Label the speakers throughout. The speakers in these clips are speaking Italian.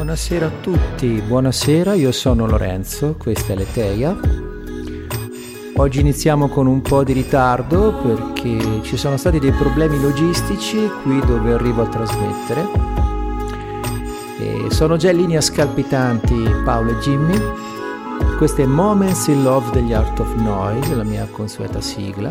Speaker 1: Buonasera a tutti, buonasera, io sono Lorenzo, questa è Leteia. Oggi iniziamo con un po' di ritardo perché ci sono stati dei problemi logistici qui dove arrivo a trasmettere. E sono già in linea scalpitanti Paolo e Jimmy. Questo è Moments in Love degli Art of Noise, la mia consueta sigla.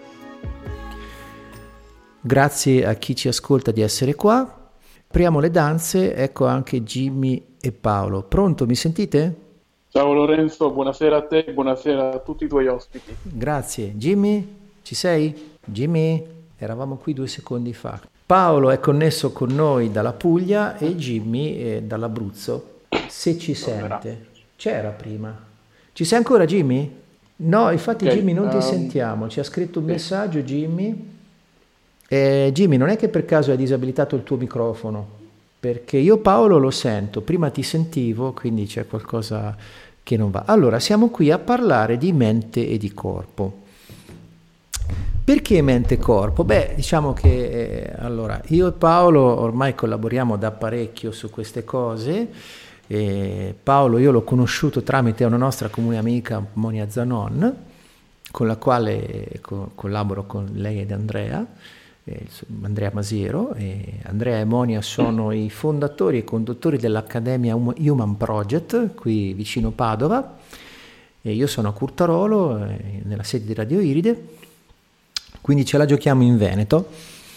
Speaker 1: Grazie a chi ci ascolta di essere qua. Apriamo le danze, ecco anche Jimmy e Paolo. Pronto, mi sentite?
Speaker 2: Ciao Lorenzo, buonasera a te, buonasera a tutti i tuoi ospiti.
Speaker 1: Grazie. Jimmy, ci sei? Jimmy, eravamo qui 2 secondi fa. Paolo è connesso con noi dalla Puglia e Jimmy è dall'Abruzzo. Se ci sente. C'era prima. Ci sei ancora, Jimmy? No, infatti okay, Jimmy non ti sentiamo. Ci ha scritto un messaggio Jimmy. Jimmy, non è che per caso hai disabilitato il tuo microfono? Perché io Paolo lo sento, prima ti sentivo, quindi c'è qualcosa che non va. Allora, siamo qui a parlare di mente e di corpo. Perché mente e corpo? Beh, diciamo che allora, io e Paolo ormai collaboriamo da parecchio su queste cose. Paolo io l'ho conosciuto tramite una nostra comune amica, Monia Zanon, con la quale collaboro con lei ed Andrea Masiero. Andrea e Monia sono i fondatori e conduttori dell'Accademia Human Project qui vicino Padova, e io sono a Curtarolo nella sede di Radio Iride, quindi ce la giochiamo in Veneto.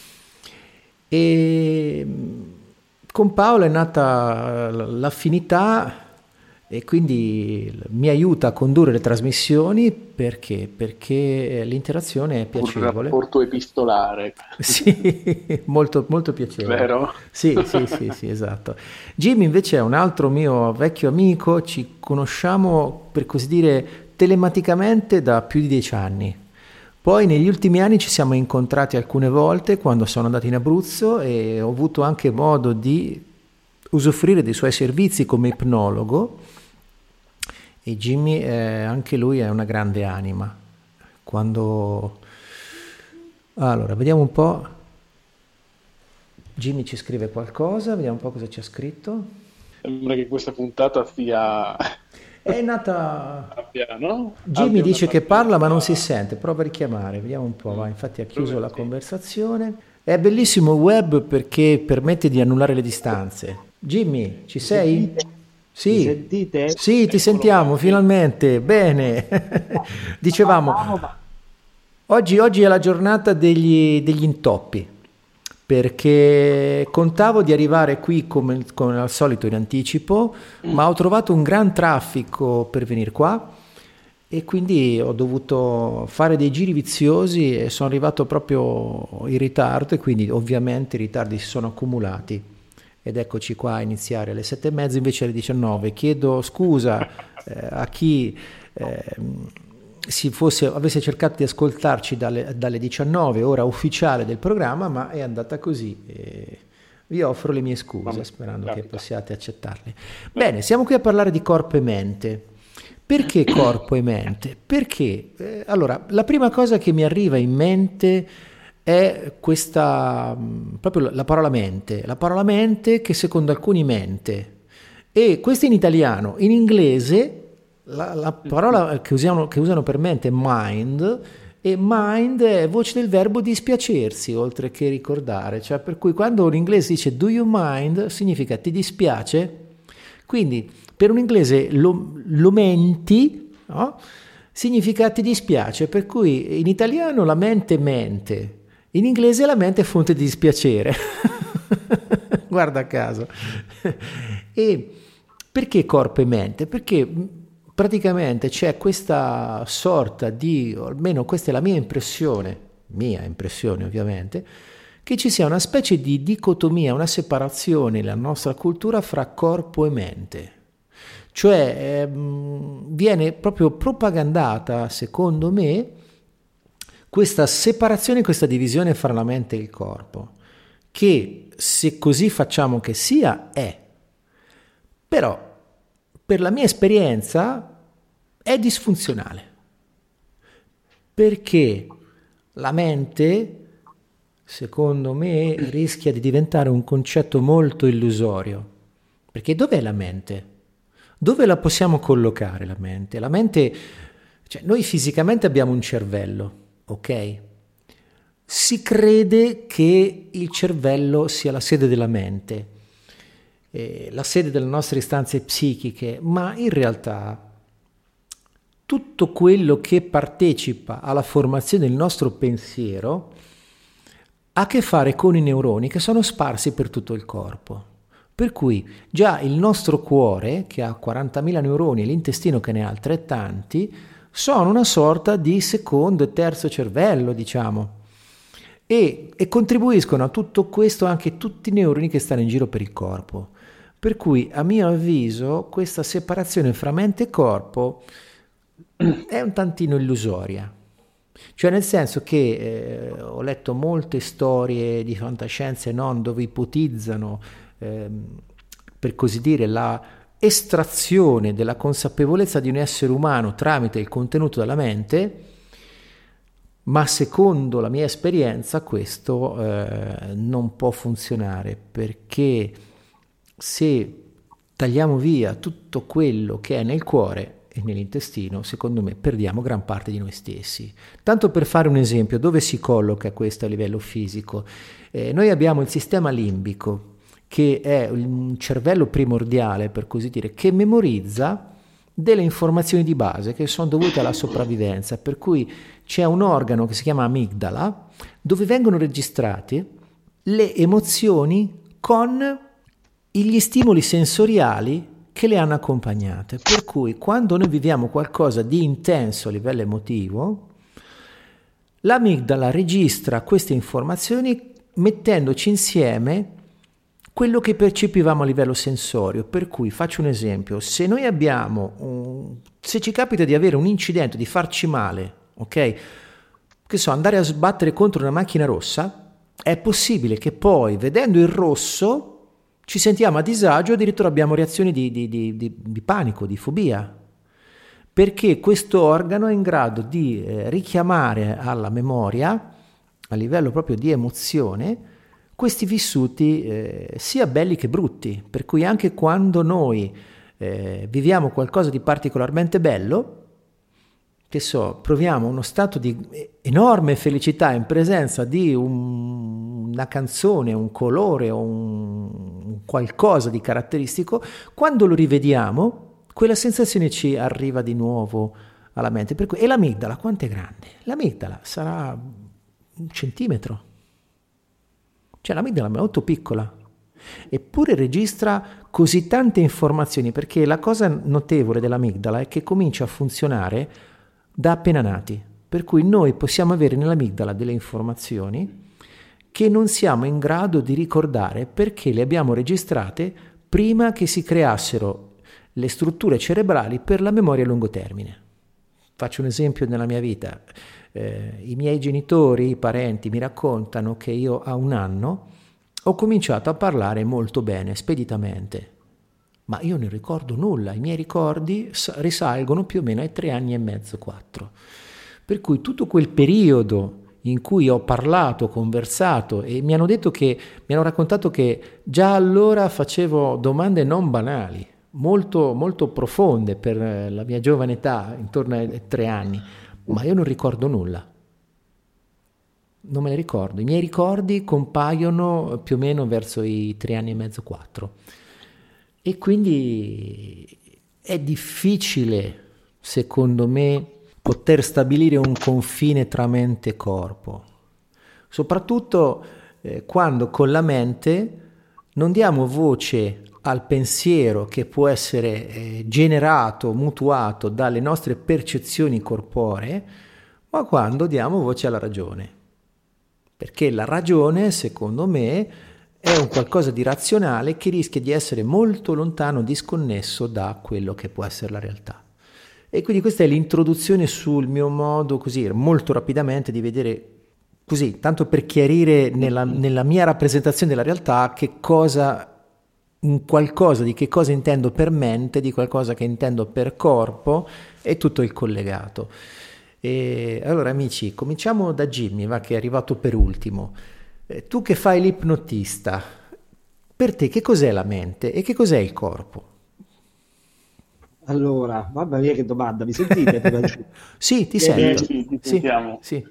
Speaker 1: E con Paolo è nata l'affinità e quindi mi aiuta a condurre le trasmissioni perché l'interazione è piacevole.
Speaker 2: Un rapporto epistolare.
Speaker 1: Sì, molto, molto piacevole.
Speaker 2: Vero?
Speaker 1: Sì, esatto. Jimmy invece è un altro mio vecchio amico, ci conosciamo per così dire telematicamente da più di 10 anni. Poi negli ultimi anni ci siamo incontrati alcune volte quando sono andato in Abruzzo e ho avuto anche modo di usufruire dei suoi servizi come ipnologo. E Jimmy anche lui è una grande anima. Allora, vediamo un po'. Jimmy ci scrive qualcosa, vediamo un po' cosa ci ha scritto.
Speaker 2: Sembra che questa puntata sia...
Speaker 1: È nata...
Speaker 2: no?
Speaker 1: Jimmy dice che parla ma non si sente, prova a richiamare, vediamo un po', va. Infatti ha chiuso la conversazione. È bellissimo il web perché permette di annullare le distanze. Jimmy, ci sei? Sì.
Speaker 3: Mi sentite?
Speaker 1: Sì, ti sentiamo finalmente, bene. Dicevamo, oggi è la giornata degli intoppi, perché contavo di arrivare qui come al solito in anticipo, ma ho trovato un gran traffico per venire qua e quindi ho dovuto fare dei giri viziosi e sono arrivato proprio in ritardo, e quindi ovviamente i ritardi si sono accumulati. Ed eccoci qua a iniziare alle 7:30 invece alle 19. Chiedo scusa a chi avesse cercato di ascoltarci dalle 19, ora ufficiale del programma, ma è andata così. Vi offro le mie scuse, sperando che possiate accettarle. Bene, siamo qui a parlare di corpo e mente. Perché corpo e mente? Perché, allora, la prima cosa che mi arriva in mente è questa, proprio la parola mente che secondo alcuni mente, e questo in italiano. In inglese la parola che usano per mente è mind, e mind è voce del verbo dispiacersi oltre che ricordare, cioè per cui quando un inglese dice do you mind significa ti dispiace, quindi per un inglese lo menti, no? Significa ti dispiace, per cui in italiano la mente mente. In inglese la mente è fonte di dispiacere, guarda caso. E perché corpo e mente? Perché praticamente c'è questa sorta di, o almeno questa è la mia impressione ovviamente, che ci sia una specie di dicotomia, una separazione nella nostra cultura fra corpo e mente. Cioè viene proprio propagandata, secondo me, questa separazione, questa divisione fra la mente e il corpo, che se così facciamo che sia, però per la mia esperienza è disfunzionale, perché la mente, secondo me, rischia di diventare un concetto molto illusorio, Perché dov'è la mente? Dove la possiamo collocare la mente? La mente, cioè noi fisicamente abbiamo un cervello, ok? Si crede che il cervello sia la sede della mente, la sede delle nostre istanze psichiche, ma in realtà tutto quello che partecipa alla formazione del nostro pensiero ha a che fare con i neuroni che sono sparsi per tutto il corpo. Per cui già il nostro cuore, che ha 40.000 neuroni, e l'intestino che ne ha altrettanti, sono una sorta di secondo e terzo cervello, diciamo. E contribuiscono a tutto questo anche tutti i neuroni che stanno in giro per il corpo. Per cui, a mio avviso, questa separazione fra mente e corpo è un tantino illusoria. Cioè nel senso che ho letto molte storie di fantascienza e non dove ipotizzano, per così dire, la estrazione della consapevolezza di un essere umano tramite il contenuto della mente, ma secondo la mia esperienza questo non può funzionare, perché se tagliamo via tutto quello che è nel cuore e nell'intestino, secondo me perdiamo gran parte di noi stessi. Tanto per fare un esempio, dove si colloca questo a livello fisico? Noi abbiamo il sistema limbico, che è un cervello primordiale, per così dire, che memorizza delle informazioni di base che sono dovute alla sopravvivenza, per cui c'è un organo che si chiama amigdala, dove vengono registrate le emozioni con gli stimoli sensoriali che le hanno accompagnate. Per cui quando noi viviamo qualcosa di intenso a livello emotivo, l'amigdala registra queste informazioni mettendoci insieme quello che percepivamo a livello sensorio. Per cui faccio un esempio: se noi se ci capita di avere un incidente, di farci male, ok, che so, andare a sbattere contro una macchina rossa, è possibile che poi, vedendo il rosso, ci sentiamo a disagio, addirittura abbiamo reazioni di panico, di fobia, perché questo organo è in grado di richiamare alla memoria, a livello proprio di emozione, questi vissuti sia belli che brutti. Per cui anche quando noi viviamo qualcosa di particolarmente bello, che so, proviamo uno stato di enorme felicità in presenza di una canzone, un colore o un qualcosa di caratteristico, quando lo rivediamo, quella sensazione ci arriva di nuovo alla mente. Per cui, e l'amigdala, quanto è grande? L'amigdala sarà 1 centimetro. Cioè l'amigdala è molto piccola, eppure registra così tante informazioni, perché la cosa notevole dell'amigdala è che comincia a funzionare da appena nati, per cui noi possiamo avere nell'amigdala delle informazioni che non siamo in grado di ricordare perché le abbiamo registrate prima che si creassero le strutture cerebrali per la memoria a lungo termine. Faccio un esempio nella mia vita. I miei genitori, i parenti mi raccontano che io a 1 anno ho cominciato a parlare molto bene, speditamente, ma io non ricordo nulla. I miei ricordi risalgono più o meno ai 3 anni e mezzo, 4. Per cui tutto quel periodo in cui ho parlato, conversato, e mi hanno raccontato che già allora facevo domande non banali, molto, molto profonde per la mia giovane età, intorno ai 3 anni, ma io non ricordo nulla. Non me ne ricordo. I miei ricordi compaiono più o meno verso i 3 anni e mezzo, 4. E quindi è difficile, secondo me, poter stabilire un confine tra mente e corpo, soprattutto quando con la mente non diamo voce al pensiero che può essere generato, mutuato dalle nostre percezioni corporee, ma quando diamo voce alla ragione. Perché la ragione, secondo me, è un qualcosa di razionale che rischia di essere molto lontano, disconnesso da quello che può essere la realtà. E quindi questa è l'introduzione sul mio modo, così molto rapidamente, di vedere, così, tanto per chiarire nella mia rappresentazione della realtà che cosa intendo per mente, di qualcosa che intendo per corpo e tutto il collegato. E allora amici, cominciamo da Jimmy, che è arrivato per ultimo. Tu che fai l'ipnotista, Per te che cos'è la mente e che cos'è il corpo?
Speaker 3: Allora, mamma mia che domanda, mi sentite prima di tutto?
Speaker 1: Sì, ti
Speaker 2: Sì,
Speaker 1: sento.
Speaker 3: Viene-
Speaker 2: sì, ti
Speaker 1: Sì,
Speaker 2: sentiamo.
Speaker 1: sì.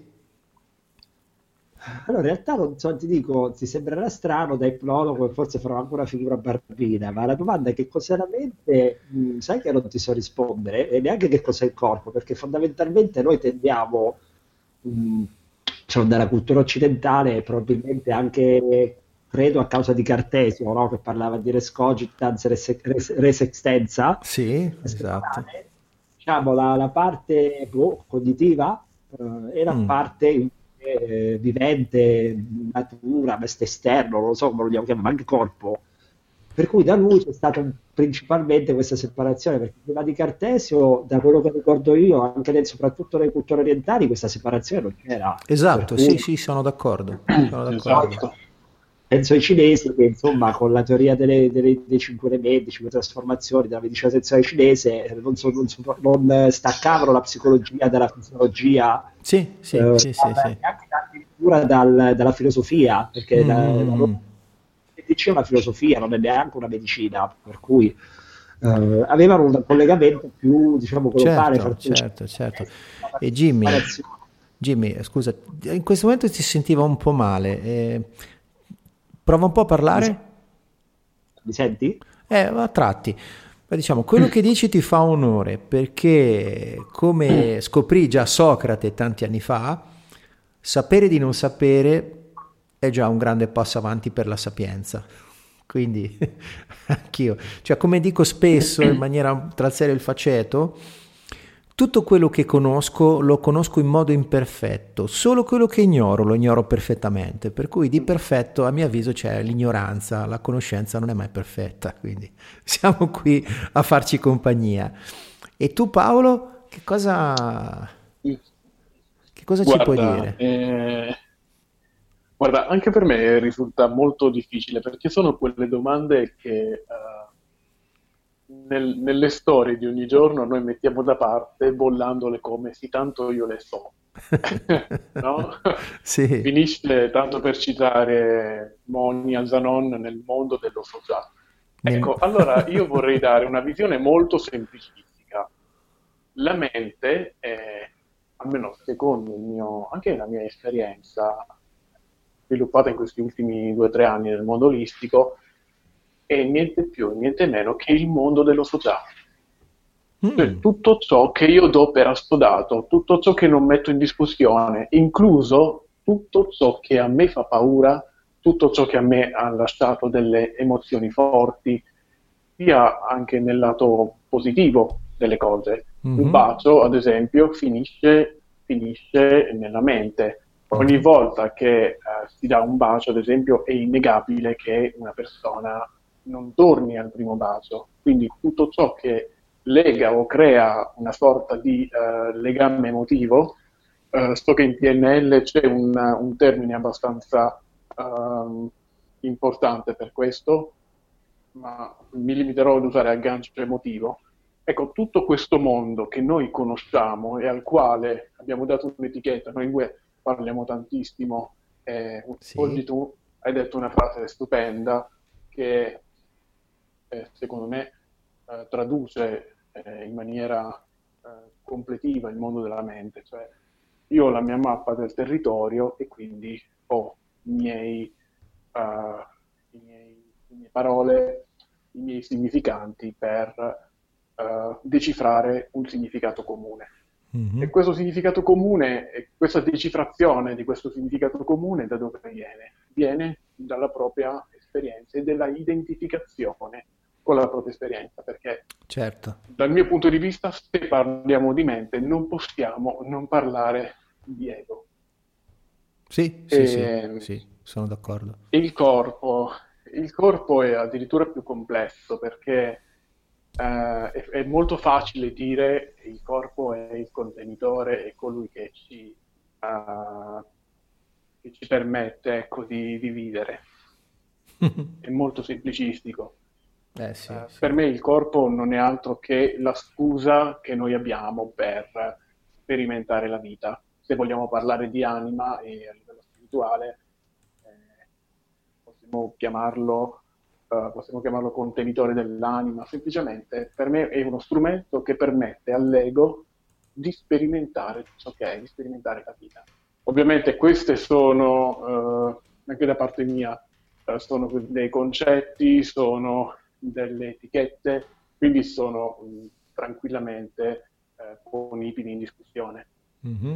Speaker 3: Allora, in realtà non so, ti dico, ti sembrerà strano da ipnologo e forse farò anche una figura barbina, ma la domanda è che cos'è la mente? Sai che non ti so rispondere e neanche che cos'è il corpo, perché fondamentalmente noi tendiamo, mh, diciamo, dalla cultura occidentale, e probabilmente anche, credo, a causa di Cartesio, no? Che parlava di res cogitans, res extensa,
Speaker 1: Sì,
Speaker 3: essere
Speaker 1: esatto.
Speaker 3: umane, diciamo, la parte cognitiva e la
Speaker 1: Mm.
Speaker 3: parte vivente, natura, veste esterno, non lo so come lo chiamare, ma anche corpo. Per cui da lui c'è stata principalmente questa separazione, perché prima di Cartesio, da quello che ricordo io, anche soprattutto nelle culture orientali, questa separazione non c'era. Per
Speaker 1: Esatto, sì,
Speaker 3: cui
Speaker 1: sì, sono d'accordo. Sono
Speaker 3: poi
Speaker 1: d'accordo.
Speaker 2: Esatto.
Speaker 3: penso ai cinesi che insomma con la teoria dei cinque elementi, cinque trasformazioni della medicina essenziale cinese non staccavano la psicologia dalla fisiologia,
Speaker 1: Sì, sì, sì, sì, sì.
Speaker 3: neanche addirittura dalla filosofia, perché la loro
Speaker 1: Mm.
Speaker 3: medicina è una filosofia, non è neanche una medicina, per cui avevano un collegamento più, diciamo, globale fra
Speaker 1: Certo,
Speaker 3: tutte le
Speaker 1: certo, certo.
Speaker 3: cinese,
Speaker 1: E Jimmy,
Speaker 3: separazione.
Speaker 1: Scusa, in questo momento ti sentiva un po' male. Prova un po' a
Speaker 3: Mi,
Speaker 1: parlare?
Speaker 3: mi senti?
Speaker 1: A tratti. Ma diciamo, quello che dici ti fa onore perché, come scoprì già Socrate tanti anni fa, sapere di non sapere è già un grande passo avanti per la sapienza. Quindi, anch'io, cioè come dico spesso in maniera tra il serio e il faceto, tutto quello che conosco lo conosco in modo imperfetto, solo quello che ignoro lo ignoro perfettamente, per cui di perfetto a mio avviso c'è l'ignoranza, la conoscenza non è mai perfetta, quindi siamo qui a farci compagnia. E tu Paolo, che cosa ci puoi
Speaker 2: Guarda,
Speaker 1: dire?
Speaker 2: guarda, anche per me risulta molto difficile perché sono quelle domande che nelle storie di ogni giorno noi mettiamo da parte bollandole come sì, tanto io le so. No?
Speaker 1: Sì.
Speaker 2: Finisce, tanto per citare Monia Zanon, nel mondo dello so già.
Speaker 1: Nel-
Speaker 2: Ecco, allora io vorrei dare una visione molto semplicistica. La mente è, almeno secondo anche la mia esperienza sviluppata in questi ultimi 2 o 3 anni nel mondo olistico, è niente più, niente meno che il mondo dello so già. Cioè,
Speaker 1: Mm,
Speaker 2: tutto ciò che io do per assodato, tutto ciò che non metto in discussione, incluso tutto ciò che a me fa paura, tutto ciò che a me ha lasciato delle emozioni forti, sia anche nel lato positivo delle cose. Un
Speaker 1: mhm,
Speaker 2: bacio, ad esempio, finisce nella mente. Ogni
Speaker 1: mhm.
Speaker 2: volta che si dà un bacio, ad esempio, è innegabile che una persona non torni al primo bacio. Quindi tutto ciò che lega o crea una sorta di legame emotivo. So che in PNL c'è un termine abbastanza ehm, importante per questo, ma mi limiterò ad usare aggancio emotivo. Ecco, tutto questo mondo che noi conosciamo e al quale abbiamo dato un'etichetta, noi due parliamo tantissimo, oggi
Speaker 1: Sì,
Speaker 2: tu hai detto una frase stupenda che secondo me traduce in maniera completiva il mondo della mente, cioè io ho la mia mappa del territorio e quindi ho le mie parole, i miei significanti per decifrare un significato comune. E
Speaker 1: mhm.
Speaker 2: questo significato comune, e questa decifrazione di questo significato comune da dove viene? Viene dalla propria esperienza e dalla identificazione con la propria esperienza, perché
Speaker 1: Certo.
Speaker 2: dal mio punto di vista, se parliamo di mente, non possiamo non parlare di ego.
Speaker 1: Sì,
Speaker 2: E,
Speaker 1: sì, sì, sì, sono d'accordo.
Speaker 2: e il corpo è addirittura più complesso perché è molto facile dire che il corpo è il contenitore, è colui che ci permette, ecco, di vivere. È molto semplicistico.
Speaker 1: Sì,
Speaker 2: Per
Speaker 1: sì.
Speaker 2: me il corpo non è altro che la scusa che noi abbiamo per sperimentare la vita. Se vogliamo parlare di anima e a livello spirituale, possiamo chiamarlo possiamo chiamarlo contenitore dell'anima, semplicemente per me è uno strumento che permette all'ego di sperimentare ciò che è, di sperimentare la vita. Ovviamente queste sono, anche da parte mia, sono dei concetti, sono delle etichette, quindi sono tranquillamente ponibili in discussione.
Speaker 1: Mm-hmm.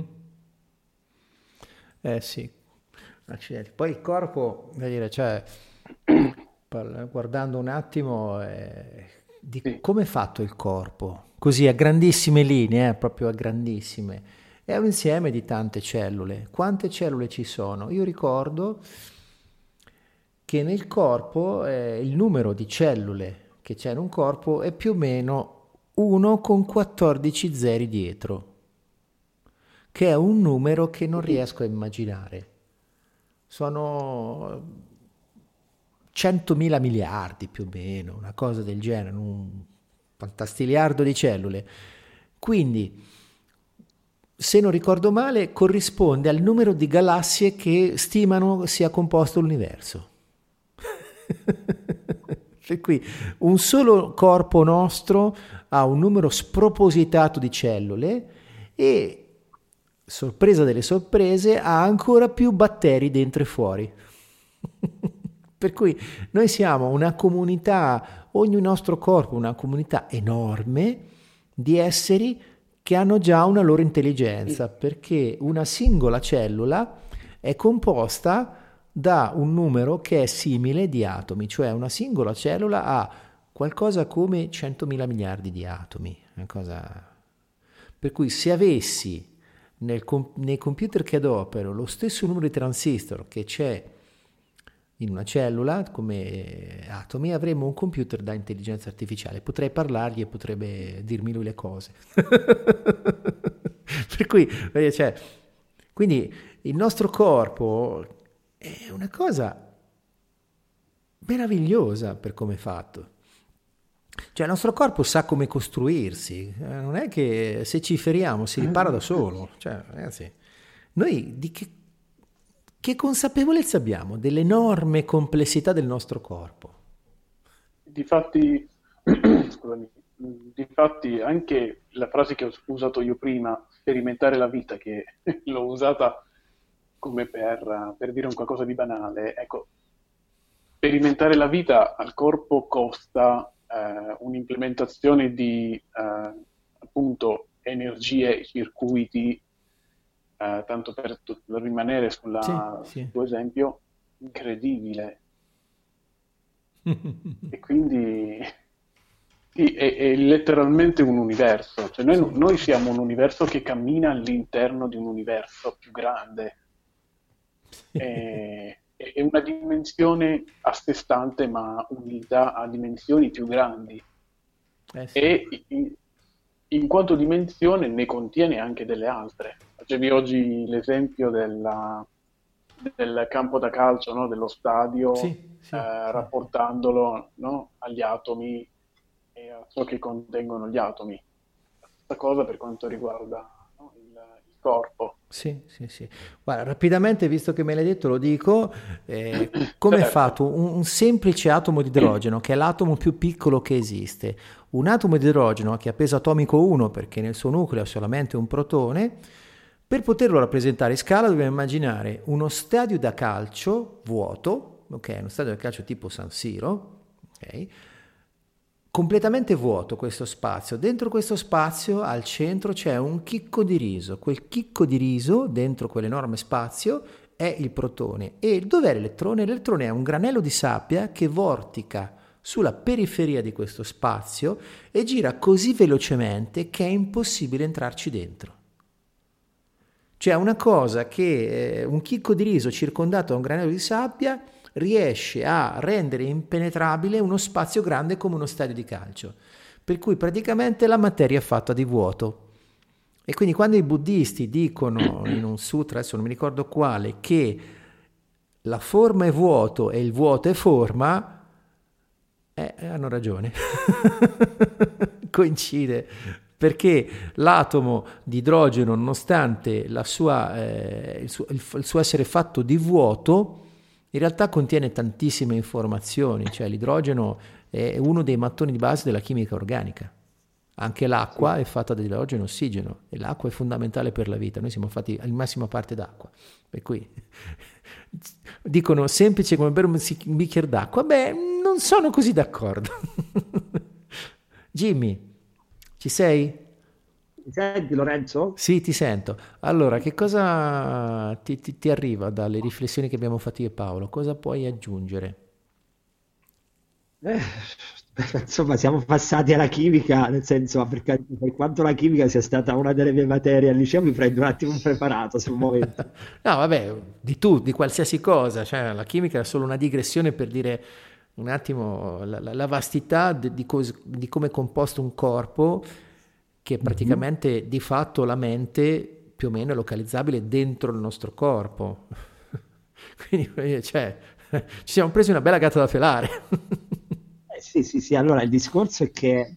Speaker 1: Sì, accidenti. Poi il corpo, voglio dire, cioè, guardando un attimo di
Speaker 2: Sì.
Speaker 1: come è fatto il corpo, così a grandissime linee, proprio a grandissime, è un insieme di tante cellule. Quante cellule ci sono? Io ricordo che nel corpo il numero di cellule che c'è in un corpo è più o meno 1 con 14 zeri dietro, che è un numero che non riesco a immaginare. Sono 100.000 miliardi più o meno, una cosa del genere, un fantastiliardo di cellule. Quindi, se non ricordo male, corrisponde al numero di galassie che stimano sia composto l'universo. Per cui un solo corpo nostro ha un numero spropositato di cellule e, sorpresa delle sorprese, ha ancora più batteri dentro e fuori. Per cui noi siamo una comunità, ogni nostro corpo una comunità enorme di esseri che hanno già una loro intelligenza, perché una singola cellula è composta da un numero che è simile di atomi, cioè una singola cellula ha qualcosa come 100.000 miliardi di atomi. Una cosa... Per cui se avessi nei computer che adopero lo stesso numero di transistor che c'è in una cellula come atomi, avremmo un computer da intelligenza artificiale. Potrei parlargli e potrebbe dirmi lui le cose. Per cui, cioè, quindi il nostro corpo è una cosa meravigliosa per come è fatto. Cioè il nostro corpo sa come costruirsi, non è che se ci feriamo si ripara da solo. Cioè, ragazzi, noi di che consapevolezza abbiamo dell'enorme complessità del nostro corpo?
Speaker 2: Difatti, scusami, difatti anche la frase che ho usato io prima, sperimentare la vita, che l'ho usata come per dire un qualcosa di banale, ecco, sperimentare la vita al corpo costa un'implementazione di appunto energie, circuiti, tanto per rimanere sul
Speaker 1: Sì.
Speaker 2: tuo esempio, incredibile. E quindi sì, è letteralmente un universo, cioè noi siamo un universo che cammina all'interno di un universo più grande. È una dimensione a sé stante, ma unita a dimensioni più grandi.
Speaker 1: Sì.
Speaker 2: E in quanto dimensione ne contiene anche delle altre. Facevi oggi l'esempio del campo da calcio, no? Dello stadio, rapportandolo, no? Agli atomi e a ciò che contengono gli atomi. La stessa cosa per quanto riguarda, no? Il corpo.
Speaker 1: Sì. Guarda, rapidamente, visto che me l'hai detto, lo dico, come è fatto un semplice atomo di idrogeno, che è l'atomo più piccolo che esiste. Un atomo di idrogeno che ha peso atomico 1, perché nel suo nucleo ha solamente un protone. Per poterlo rappresentare in scala dobbiamo immaginare uno stadio da calcio vuoto, ok, uno stadio da calcio tipo San Siro, ok, completamente vuoto questo spazio. Dentro questo spazio al centro c'è un chicco di riso. Quel chicco di riso dentro quell'enorme spazio è il protone. E dov'è l'elettrone? L'elettrone è un granello di sabbia che vortica sulla periferia di questo spazio e gira così velocemente che è impossibile entrarci dentro. Cioè una cosa che un chicco di riso circondato da un granello di sabbia riesce a rendere impenetrabile uno spazio grande come uno stadio di calcio, per cui praticamente la materia è fatta di vuoto. E quindi quando i buddisti dicono in un sutra, adesso non mi ricordo quale, che la forma è vuoto e il vuoto è forma, hanno ragione. Coincide, perché l'atomo di idrogeno, nonostante il suo essere fatto di vuoto, In realtà contiene tantissime informazioni, cioè l'idrogeno è uno dei mattoni di base della chimica organica. Anche l'acqua è fatta di idrogeno e ossigeno e l'acqua è fondamentale per la vita. Noi siamo fatti in massima parte d'acqua, per cui dicono semplice come bere un bicchiere d'acqua. Beh, non sono così d'accordo. Jimmy, ci sei?
Speaker 3: Mi senti, Lorenzo?
Speaker 1: Sì, ti sento. Allora, che cosa ti arriva dalle riflessioni che abbiamo fatto io e Paolo? Cosa puoi aggiungere?
Speaker 3: Eh, insomma, siamo passati alla chimica, nel senso, per quanto la chimica sia stata una delle mie materie al liceo, mi prendo un attimo preparato sul momento.
Speaker 1: No, vabbè, di tutto, di qualsiasi cosa. Cioè, la chimica è solo una digressione per dire un attimo la vastità di come è composto un corpo, che
Speaker 3: Mhm.
Speaker 1: praticamente di fatto la mente più o meno è localizzabile dentro il nostro corpo. Quindi, cioè, ci siamo presi una bella gatta da pelare.
Speaker 3: Sì, sì, sì, allora il discorso è che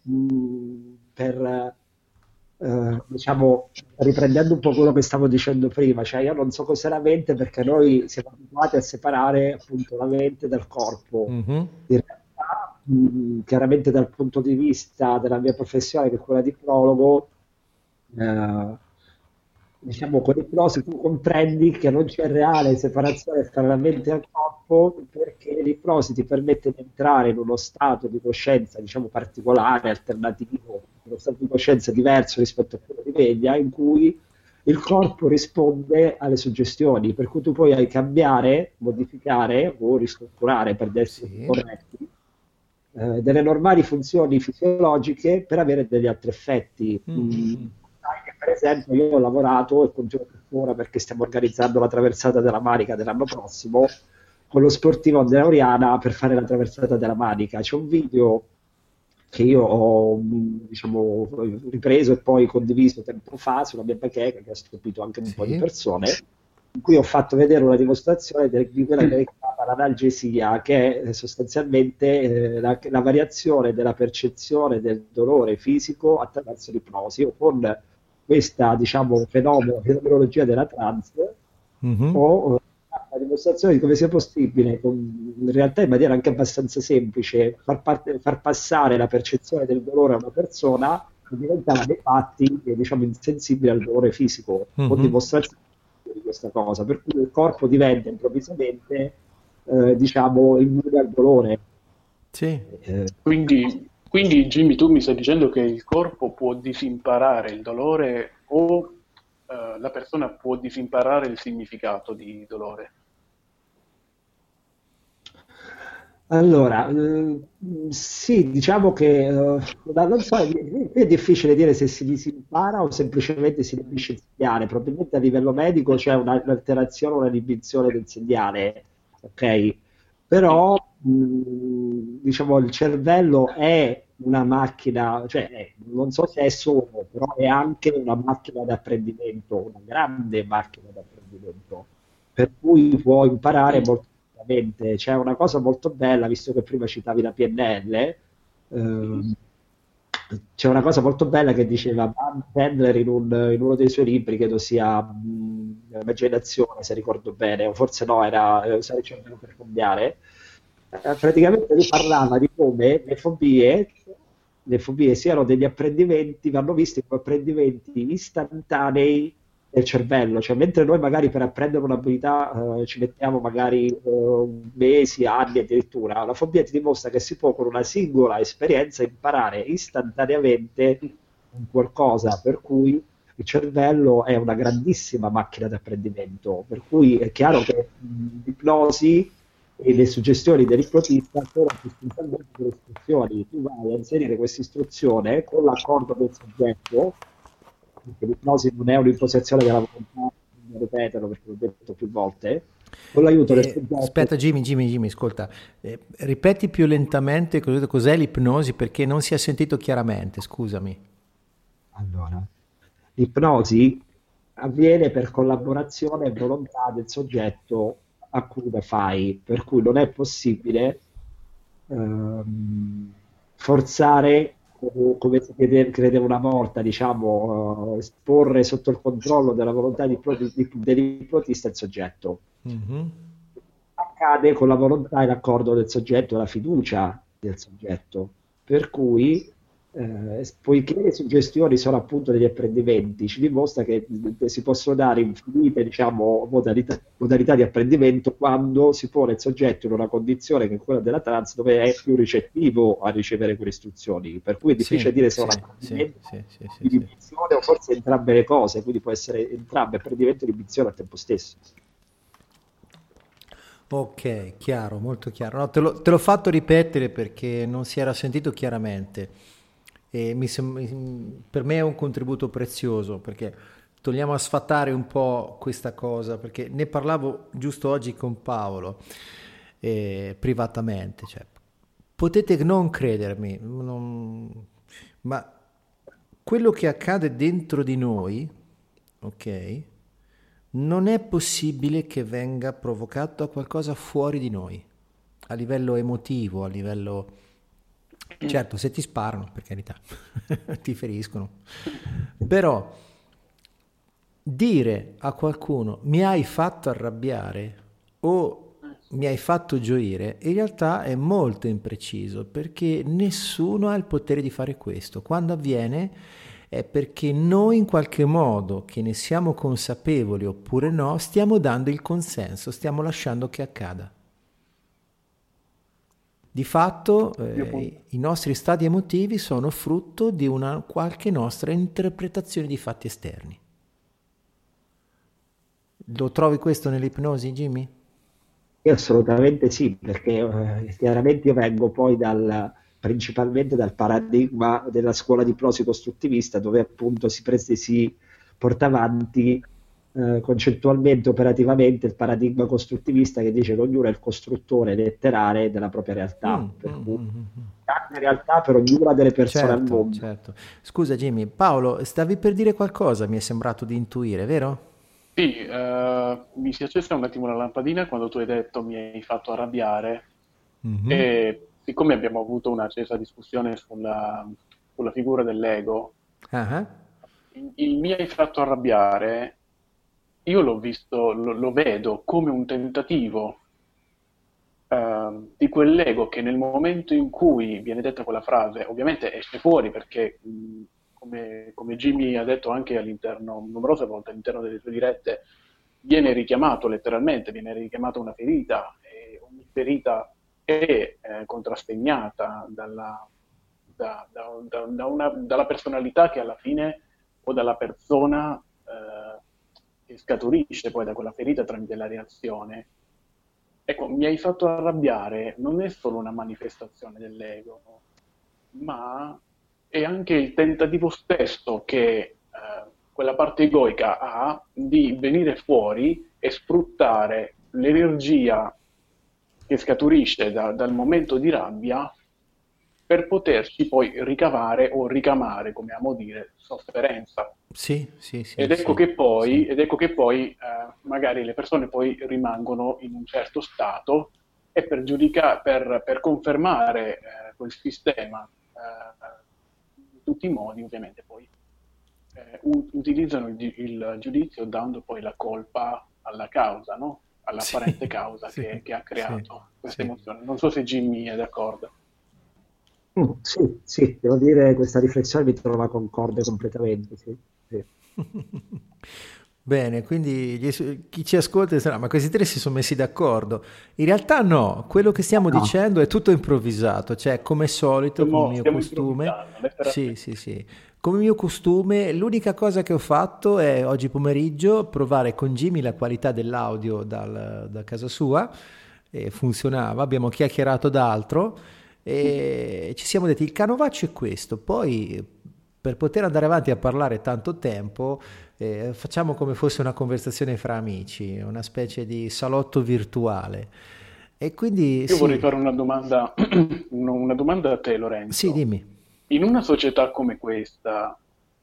Speaker 3: diciamo, riprendendo un po' quello che stavo dicendo prima, cioè io non so cos'è la mente perché noi siamo abituati a separare appunto la mente dal corpo.
Speaker 1: Mhm.
Speaker 3: In realtà, chiaramente dal punto di vista della mia professione, che è quella di prologo, eh, diciamo, con l'ipnosi tu comprendi che non c'è reale separazione tra la mente e il corpo perché l'ipnosi ti permette di entrare in uno stato di coscienza, diciamo, particolare, alternativo, uno stato di coscienza diverso rispetto a quello di veglia, in cui il corpo risponde alle suggestioni, per cui tu puoi cambiare, modificare o ristrutturare, per essere più
Speaker 1: Sì.
Speaker 3: corretti, delle normali funzioni fisiologiche per avere degli altri effetti.
Speaker 1: Mhm.
Speaker 3: Sai che, per esempio, io ho lavorato e continuo tuttora perché stiamo organizzando la traversata della Manica dell'anno prossimo con lo sportivo Andrea Oriana per fare la traversata della Manica. C'è un video che io ho diciamo, ripreso e poi condiviso tempo fa sulla mia bacheca, che ha stupito anche un po' di
Speaker 1: Sì.
Speaker 3: persone, in cui ho fatto vedere una dimostrazione di quella che è chiamata l'analgesia, che è sostanzialmente la variazione della percezione del dolore fisico attraverso l'ipnosi. Io con questa, diciamo, fenomeno, fenomenologia della trance,
Speaker 1: Mhm.
Speaker 3: ho la dimostrazione di come sia possibile, in realtà in maniera anche abbastanza semplice, far passare la percezione del dolore a una persona che diventava nei fatti, diciamo, insensibile al dolore fisico, con
Speaker 1: Mhm.
Speaker 3: dimostrazione di questa cosa, per cui il corpo diventa improvvisamente, diciamo, immune al dolore.
Speaker 1: Sì.
Speaker 3: Eh,
Speaker 2: Quindi, Jimmy, tu mi stai dicendo che il corpo può disimparare il dolore o la persona può disimparare il significato di dolore?
Speaker 3: Allora, sì, diciamo che non so, è difficile dire se si impara o semplicemente si capisce il segnale. Probabilmente a livello medico c'è un'alterazione, un'inibizione del segnale, ok?
Speaker 2: Mm.
Speaker 3: Però, diciamo, il cervello è una macchina, cioè, non so se è solo, però è anche una macchina di apprendimento, una grande macchina di apprendimento per cui può imparare
Speaker 2: Mm.
Speaker 3: molto rapidamente. C'è una cosa molto bella, visto che prima citavi la PNL,
Speaker 2: Mhm.
Speaker 3: ehm, c'è una cosa molto bella che diceva Bandler in uno dei suoi libri, credo sia Immaginazione, se ricordo bene, o forse no, era Usare il cervello per cambiare. Praticamente lui parlava di come le fobie siano degli apprendimenti, vanno visti come apprendimenti istantanei del cervello, cioè mentre noi magari per apprendere un'abilità ci mettiamo magari mesi, anni addirittura, la fobia ti dimostra che si può con una singola esperienza imparare istantaneamente un qualcosa, per cui il cervello è una grandissima macchina di apprendimento, per cui è chiaro che l'ipnosi e le suggestioni dell'ipnotista sono sostanzialmente delle istruzioni. Tu vai a inserire questa istruzione con l'accordo del soggetto, perché l'ipnosi non è un'imposizione della volontà, bisogna ripeterlo perché l'ho detto più volte, con l'aiuto del soggetto.
Speaker 1: Aspetta, Jimmy, ascolta. Ripeti più lentamente cos'è l'ipnosi perché non si è sentito chiaramente, scusami.
Speaker 3: Allora, l'ipnosi avviene per collaborazione e volontà del soggetto a cui la fai, per cui non è possibile forzare, come si credeva una volta, diciamo, esporre sotto il controllo della volontà dell'ipnotista il soggetto.
Speaker 1: Mhm.
Speaker 3: accade con la volontà e l'accordo del soggetto, la fiducia del soggetto. Per cui, poiché le suggestioni sono appunto degli apprendimenti, ci dimostra che si possono dare infinite, diciamo, modalità di apprendimento quando si pone il soggetto in una condizione che è quella della trance, dove è più ricettivo a ricevere quelle istruzioni. Per cui è difficile
Speaker 1: Sì,
Speaker 3: dire se è un
Speaker 1: sì, sì,
Speaker 3: apprendimento
Speaker 1: sì, sì, sì,
Speaker 3: di
Speaker 1: sì.
Speaker 3: inibizione o forse entrambe le cose, quindi può essere entrambe apprendimento e inibizione al tempo stesso.
Speaker 1: Ok, chiaro, molto chiaro. No, te l'ho fatto ripetere perché non si era sentito chiaramente e per me è un contributo prezioso perché togliamo a sfatare un po' questa cosa perché ne parlavo giusto oggi con Paolo privatamente. Cioè, potete non credermi, ma quello che accade dentro di noi, ok? Non è possibile che venga provocato da qualcosa fuori di noi, a livello emotivo, a livello... Certo, se ti sparano, per carità, ti feriscono. Però dire a qualcuno mi hai fatto arrabbiare o mi hai fatto gioire, in realtà è molto impreciso perché nessuno ha il potere di fare questo. Quando avviene è perché noi in qualche modo, che ne siamo consapevoli oppure no, stiamo dando il consenso, stiamo lasciando che accada. Di fatto i nostri stati emotivi sono frutto di una qualche nostra interpretazione di fatti esterni. Lo trovi questo nell'ipnosi, Jimmy?
Speaker 3: Io assolutamente sì, perché chiaramente io vengo poi principalmente dal paradigma della scuola di ipnosi costruttivista, dove appunto si porta avanti concettualmente, operativamente, il paradigma costruttivista che dice che ognuno è il costruttore letterale della propria realtà, per cui cambia realtà per ognuna delle persone al
Speaker 1: Certo,
Speaker 3: mondo.
Speaker 1: certo. Scusa Jimmy, Paolo, stavi per dire qualcosa, mi è sembrato di intuire, vero?
Speaker 2: Sì, mi si è accesa un attimo la lampadina quando tu hai detto mi hai fatto arrabbiare
Speaker 1: Mhm.
Speaker 2: e siccome abbiamo avuto un'accesa discussione sulla figura dell'ego,
Speaker 1: Ah, ah.
Speaker 2: il mi hai fatto arrabbiare, io l'ho visto, lo vedo come un tentativo di quell'ego che nel momento in cui viene detta quella frase, ovviamente esce fuori perché, come Jimmy ha detto anche all'interno, numerose volte all'interno delle sue dirette, viene richiamato letteralmente, viene richiamata una ferita, e ogni ferita è contrassegnata dalla personalità che alla fine, o dalla persona che scaturisce poi da quella ferita tramite la reazione. Ecco, mi hai fatto arrabbiare non è solo una manifestazione dell'ego, ma è anche il tentativo stesso che quella parte egoica ha di venire fuori e sfruttare l'energia che scaturisce dal momento di rabbia per poterci poi ricavare o ricamare, come amo dire, sofferenza.
Speaker 1: Sì, sì, sì,
Speaker 2: Ed ecco
Speaker 1: sì,
Speaker 2: che
Speaker 1: sì.
Speaker 2: poi, magari le persone poi rimangono in un certo stato e per confermare quel sistema in tutti i modi, ovviamente poi utilizzano il giudizio dando poi la colpa alla causa, no?
Speaker 1: Sì,
Speaker 2: All'apparente causa
Speaker 1: sì,
Speaker 2: che ha
Speaker 1: sì,
Speaker 2: creato questa
Speaker 1: sì.
Speaker 2: emozione. Non so se Jimmy è d'accordo.
Speaker 3: Sì, sì, devo dire questa riflessione mi trova concorde completamente, sì, sì.
Speaker 1: Bene, quindi chi ci ascolta sarà, ma questi tre si sono messi d'accordo. In realtà no, quello che stiamo
Speaker 3: No,
Speaker 1: dicendo è tutto improvvisato, cioè come solito, come
Speaker 2: Stiamo,
Speaker 1: mio
Speaker 2: stiamo
Speaker 1: costume.
Speaker 2: improvvisando,
Speaker 1: Sì,
Speaker 2: letteralmente.
Speaker 1: sì, sì. Come mio costume, l'unica cosa che ho fatto è oggi pomeriggio provare con Jimmy la qualità dell'audio da casa sua e funzionava, abbiamo chiacchierato d'altro e ci siamo detti il canovaccio è questo, poi per poter andare avanti a parlare tanto tempo facciamo come fosse una conversazione fra amici, una specie di salotto virtuale. E quindi
Speaker 2: Io vorrei
Speaker 1: sì,
Speaker 2: fare una domanda, una domanda a te,
Speaker 1: sì,
Speaker 2: Lorenzo.
Speaker 1: dimmi.
Speaker 2: In una società come questa,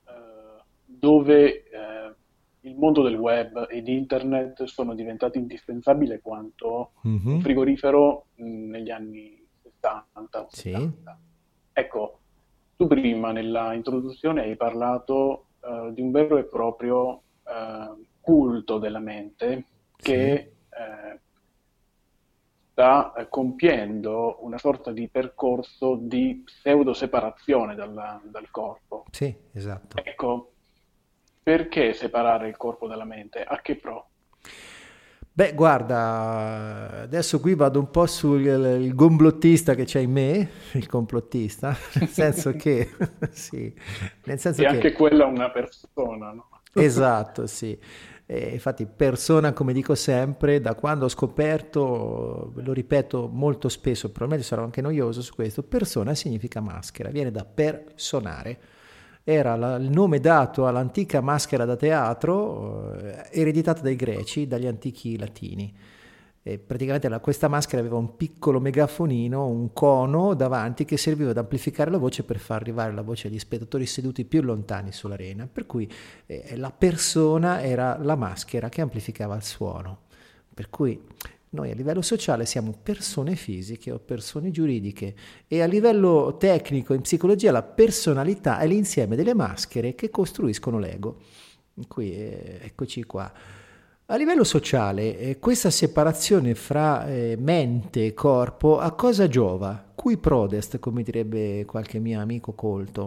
Speaker 2: dove il mondo del web ed internet sono diventati indispensabili quanto un
Speaker 1: Mhm.
Speaker 2: frigorifero negli anni 60 o
Speaker 1: Sì,
Speaker 2: 70. Ecco, tu prima nella introduzione hai parlato di un vero e proprio culto della mente
Speaker 1: sì,
Speaker 2: che sta compiendo una sorta di percorso di pseudo-separazione dal corpo.
Speaker 1: Sì, esatto.
Speaker 2: Ecco, perché separare il corpo dalla mente? A che pro?
Speaker 1: Beh, guarda, adesso qui vado un po' sul il gomblottista che c'è in me, il complottista, nel senso che, sì, nel senso
Speaker 2: E
Speaker 1: che,
Speaker 2: anche quella è una persona, no?
Speaker 1: esatto, sì. Infatti, persona, come dico sempre, da quando ho scoperto, lo ripeto molto spesso, probabilmente sarò anche noioso su questo, persona significa maschera, viene da personare. Era il nome dato all'antica maschera da teatro, ereditata dai greci, dagli antichi latini. E praticamente questa maschera aveva un piccolo megafonino, un cono davanti che serviva ad amplificare la voce per far arrivare la voce agli spettatori seduti più lontani sull'arena. Per cui la persona era la maschera che amplificava il suono. Per cui noi a livello sociale siamo persone fisiche o persone giuridiche e a livello tecnico in psicologia la personalità è l'insieme delle maschere che costruiscono l'ego. Qui eccoci qua. A livello sociale, questa separazione fra mente e corpo a cosa giova? Cui prodest, come direbbe qualche mio amico colto.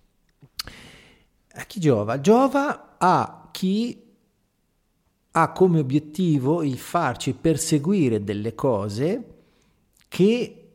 Speaker 1: A chi giova? Giova a chi ha come obiettivo il farci perseguire delle cose che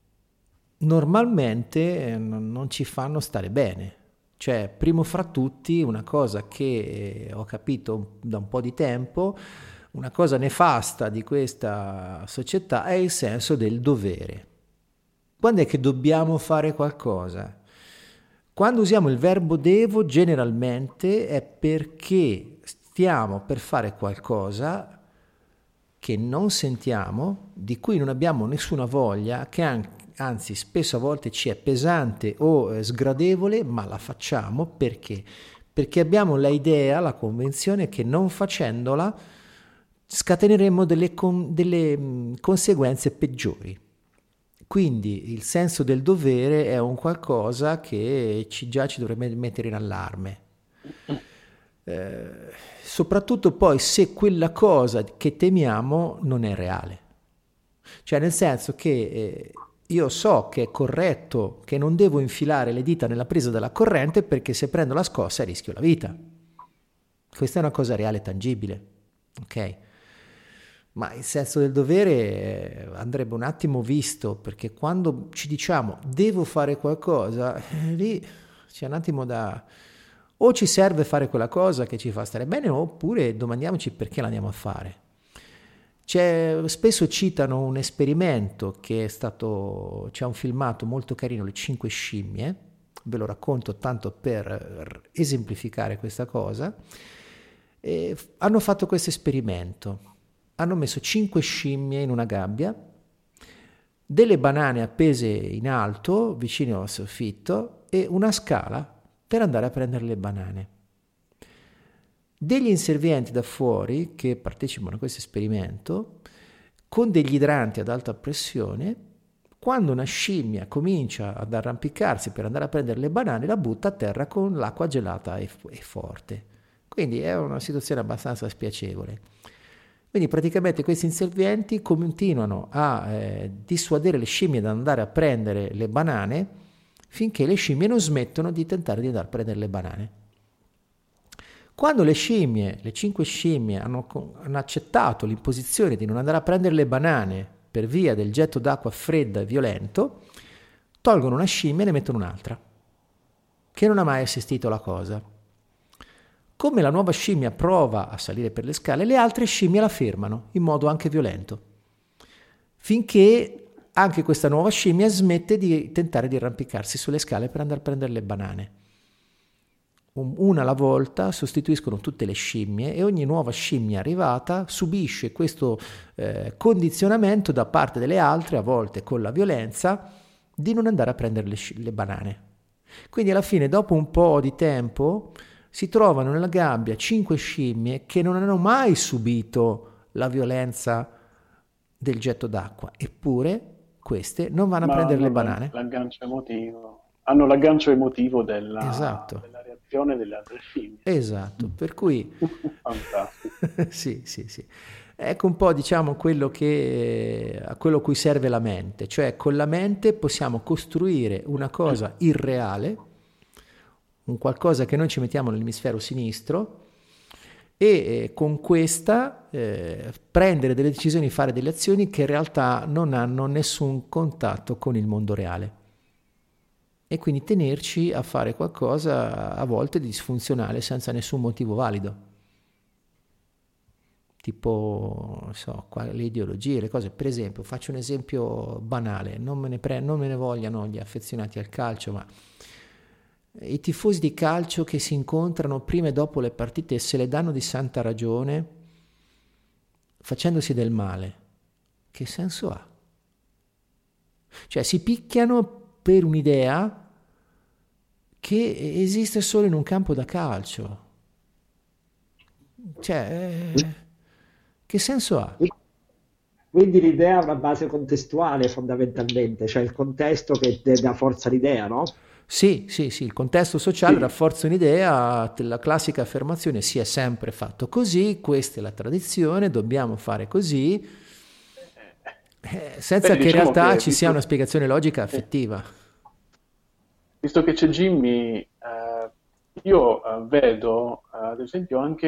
Speaker 1: normalmente non ci fanno stare bene. Cioè, primo fra tutti, una cosa che ho capito da un po' di tempo, una cosa nefasta di questa società è il senso del dovere. Quando è che dobbiamo fare qualcosa? Quando usiamo il verbo devo, generalmente è perché stiamo per fare qualcosa che non sentiamo, di cui non abbiamo nessuna voglia, che anzi spesso a volte ci è pesante o sgradevole, ma la facciamo perché? Perché abbiamo l'idea, la convinzione che non facendola scateneremo delle conseguenze peggiori. Quindi il senso del dovere è un qualcosa che già ci dovrebbe mettere in allarme. Soprattutto poi se quella cosa che temiamo non è reale. Cioè nel senso che io so che è corretto, che non devo infilare le dita nella presa della corrente perché se prendo la scossa rischio la vita. Questa è una cosa reale e tangibile, ok? Ma il senso del dovere andrebbe un attimo visto, perché quando ci diciamo devo fare qualcosa, lì c'è un attimo da... O ci serve fare quella cosa che ci fa stare bene, oppure domandiamoci perché l'andiamo a fare. Spesso citano un esperimento che è stato... C'è un filmato molto carino, Le 5 scimmie, ve lo racconto tanto per esemplificare questa cosa. E hanno fatto questo esperimento. Hanno messo 5 scimmie in una gabbia, delle banane appese in alto, vicino al soffitto, e una scala per andare a prendere le banane. Degli inservienti da fuori che partecipano a questo esperimento, con degli idranti ad alta pressione, quando una scimmia comincia ad arrampicarsi per andare a prendere le banane, la butta a terra con l'acqua gelata e forte. Quindi è una situazione abbastanza spiacevole. Quindi praticamente questi inservienti continuano a dissuadere le scimmie da andare a prendere le banane finché le scimmie non smettono di tentare di andare a prendere le banane. Quando le 5 scimmie hanno accettato l'imposizione di non andare a prendere le banane per via del getto d'acqua fredda e violento, tolgono una scimmia e ne mettono un'altra, che non ha mai assistito alla cosa. Come la nuova scimmia prova a salire per le scale, le altre scimmie la fermano, in modo anche violento, finché anche questa nuova scimmia smette di tentare di arrampicarsi sulle scale per andare a prendere le banane. Una alla volta sostituiscono tutte le scimmie e ogni nuova scimmia arrivata subisce questo condizionamento da parte delle altre, a volte con la violenza, di non andare a prendere le banane. Quindi alla fine, dopo un po' di tempo, si trovano nella gabbia 5 scimmie che non hanno mai subito la violenza del getto d'acqua, eppure queste non vanno a prendere le banane.
Speaker 2: L'aggancio emotivo. Hanno l'aggancio emotivo della reazione delle altre scimmie.
Speaker 1: Esatto, per cui...
Speaker 2: Fantastico.
Speaker 1: Sì. Ecco un po', diciamo, a quello a cui serve la mente, cioè con la mente possiamo costruire una cosa irreale, un qualcosa che noi ci mettiamo nell'emisfero sinistro e con questa prendere delle decisioni, fare delle azioni che in realtà non hanno nessun contatto con il mondo reale. E quindi tenerci a fare qualcosa a volte di disfunzionale senza nessun motivo valido. Tipo, non so, le ideologie, le cose. Per esempio, faccio un esempio banale, non me ne vogliano gli affezionati al calcio, ma i tifosi di calcio che si incontrano prima e dopo le partite e se le danno di santa ragione facendosi del male, che senso ha? Cioè si picchiano per un'idea che esiste solo in un campo da calcio. Cioè, che senso ha?
Speaker 3: Quindi l'idea ha una base contestuale fondamentalmente, cioè il contesto che dà forza all'idea, no?
Speaker 1: Sì, il contesto sociale rafforza un'idea, la classica affermazione si è sempre fatto così, questa è la tradizione, dobbiamo fare così, senza che in realtà ci sia una spiegazione logica affettiva.
Speaker 2: Visto che c'è Jimmy, io vedo, ad esempio, anche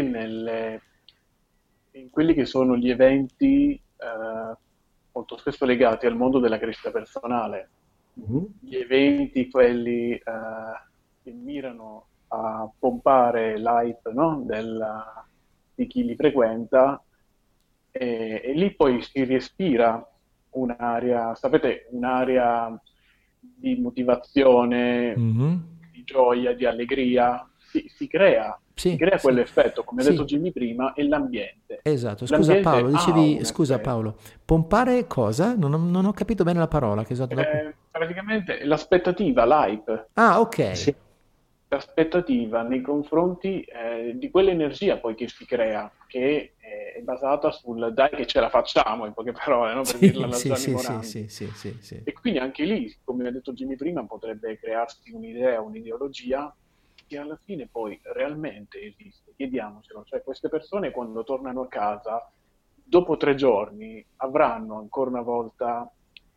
Speaker 2: in quelli che sono gli eventi molto spesso legati al mondo della crescita personale, gli eventi, quelli che mirano a pompare l'hype, no? Di chi li frequenta, e lì poi si respira un'area, sapete, un'area di motivazione, di gioia, di allegria, si crea quell'effetto, come ha detto Jimmy prima, e l'ambiente.
Speaker 1: Esatto, scusa Paolo, dicevi, scusa Paolo, pompare cosa? Non ho capito bene la parola. Che
Speaker 2: praticamente l'aspettativa, l'hype.
Speaker 1: Ah, ok.
Speaker 3: Sì.
Speaker 2: L'aspettativa nei confronti di quell'energia poi che si crea, che è basata sul dai che ce la facciamo, in poche parole, no? Per dirla alla Gianni Morandi.
Speaker 1: Sì.
Speaker 2: E quindi anche lì, come ha detto Jimmy prima, potrebbe crearsi un'idea, un'ideologia che alla fine poi realmente esiste. Chiediamocelo, cioè queste persone quando tornano a casa, dopo 3 giorni, avranno ancora una volta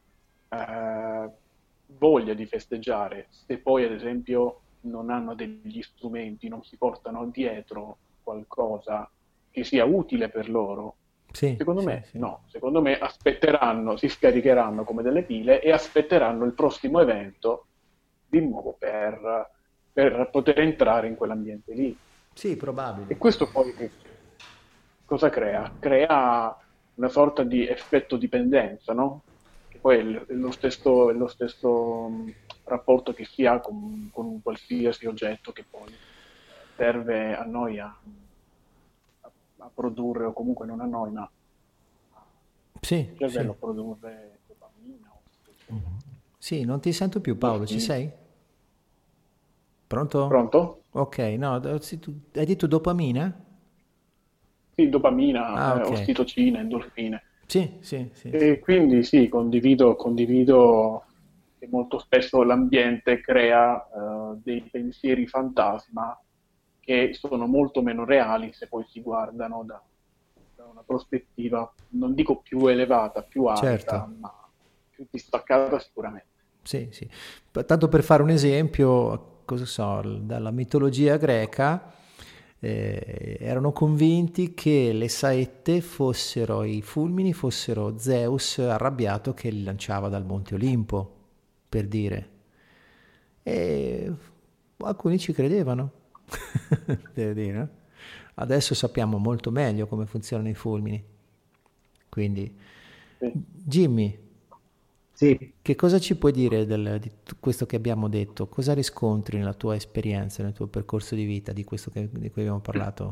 Speaker 2: voglia di festeggiare, se poi ad esempio non hanno degli strumenti, non si portano dietro qualcosa che sia utile per loro. Secondo me no, secondo me aspetteranno, si scaricheranno come delle pile e aspetteranno il prossimo evento di nuovo per poter entrare in quell'ambiente lì.
Speaker 1: Sì, probabile.
Speaker 2: E questo poi cosa crea? Crea una sorta di effetto dipendenza, no? Che poi è lo stesso rapporto che si ha con un qualsiasi oggetto che poi serve a noi a produrre, o comunque non a noi, ma
Speaker 1: il
Speaker 2: cervello a produrre dopamina.
Speaker 1: Sì, non ti sento più Paolo, ci sei? Pronto?
Speaker 2: Pronto?
Speaker 1: Ok, no, hai detto dopamina?
Speaker 2: Sì, dopamina, ossitocina, endorfine.
Speaker 1: Sì.
Speaker 2: E quindi sì, condivido che molto spesso l'ambiente crea dei pensieri fantasma che sono molto meno reali se poi si guardano da una prospettiva, non dico più elevata, più alta, ma più distaccata sicuramente.
Speaker 1: Sì. Tanto per fare un esempio, cosa so, dalla mitologia greca, erano convinti che le saette i fulmini fossero Zeus arrabbiato che li lanciava dal Monte Olimpo, per dire. E alcuni ci credevano, devo dire. Adesso sappiamo molto meglio come funzionano i fulmini. Quindi, Jimmy, che cosa ci puoi dire di questo che abbiamo detto? Cosa riscontri nella tua esperienza, nel tuo percorso di vita, di questo di cui abbiamo parlato?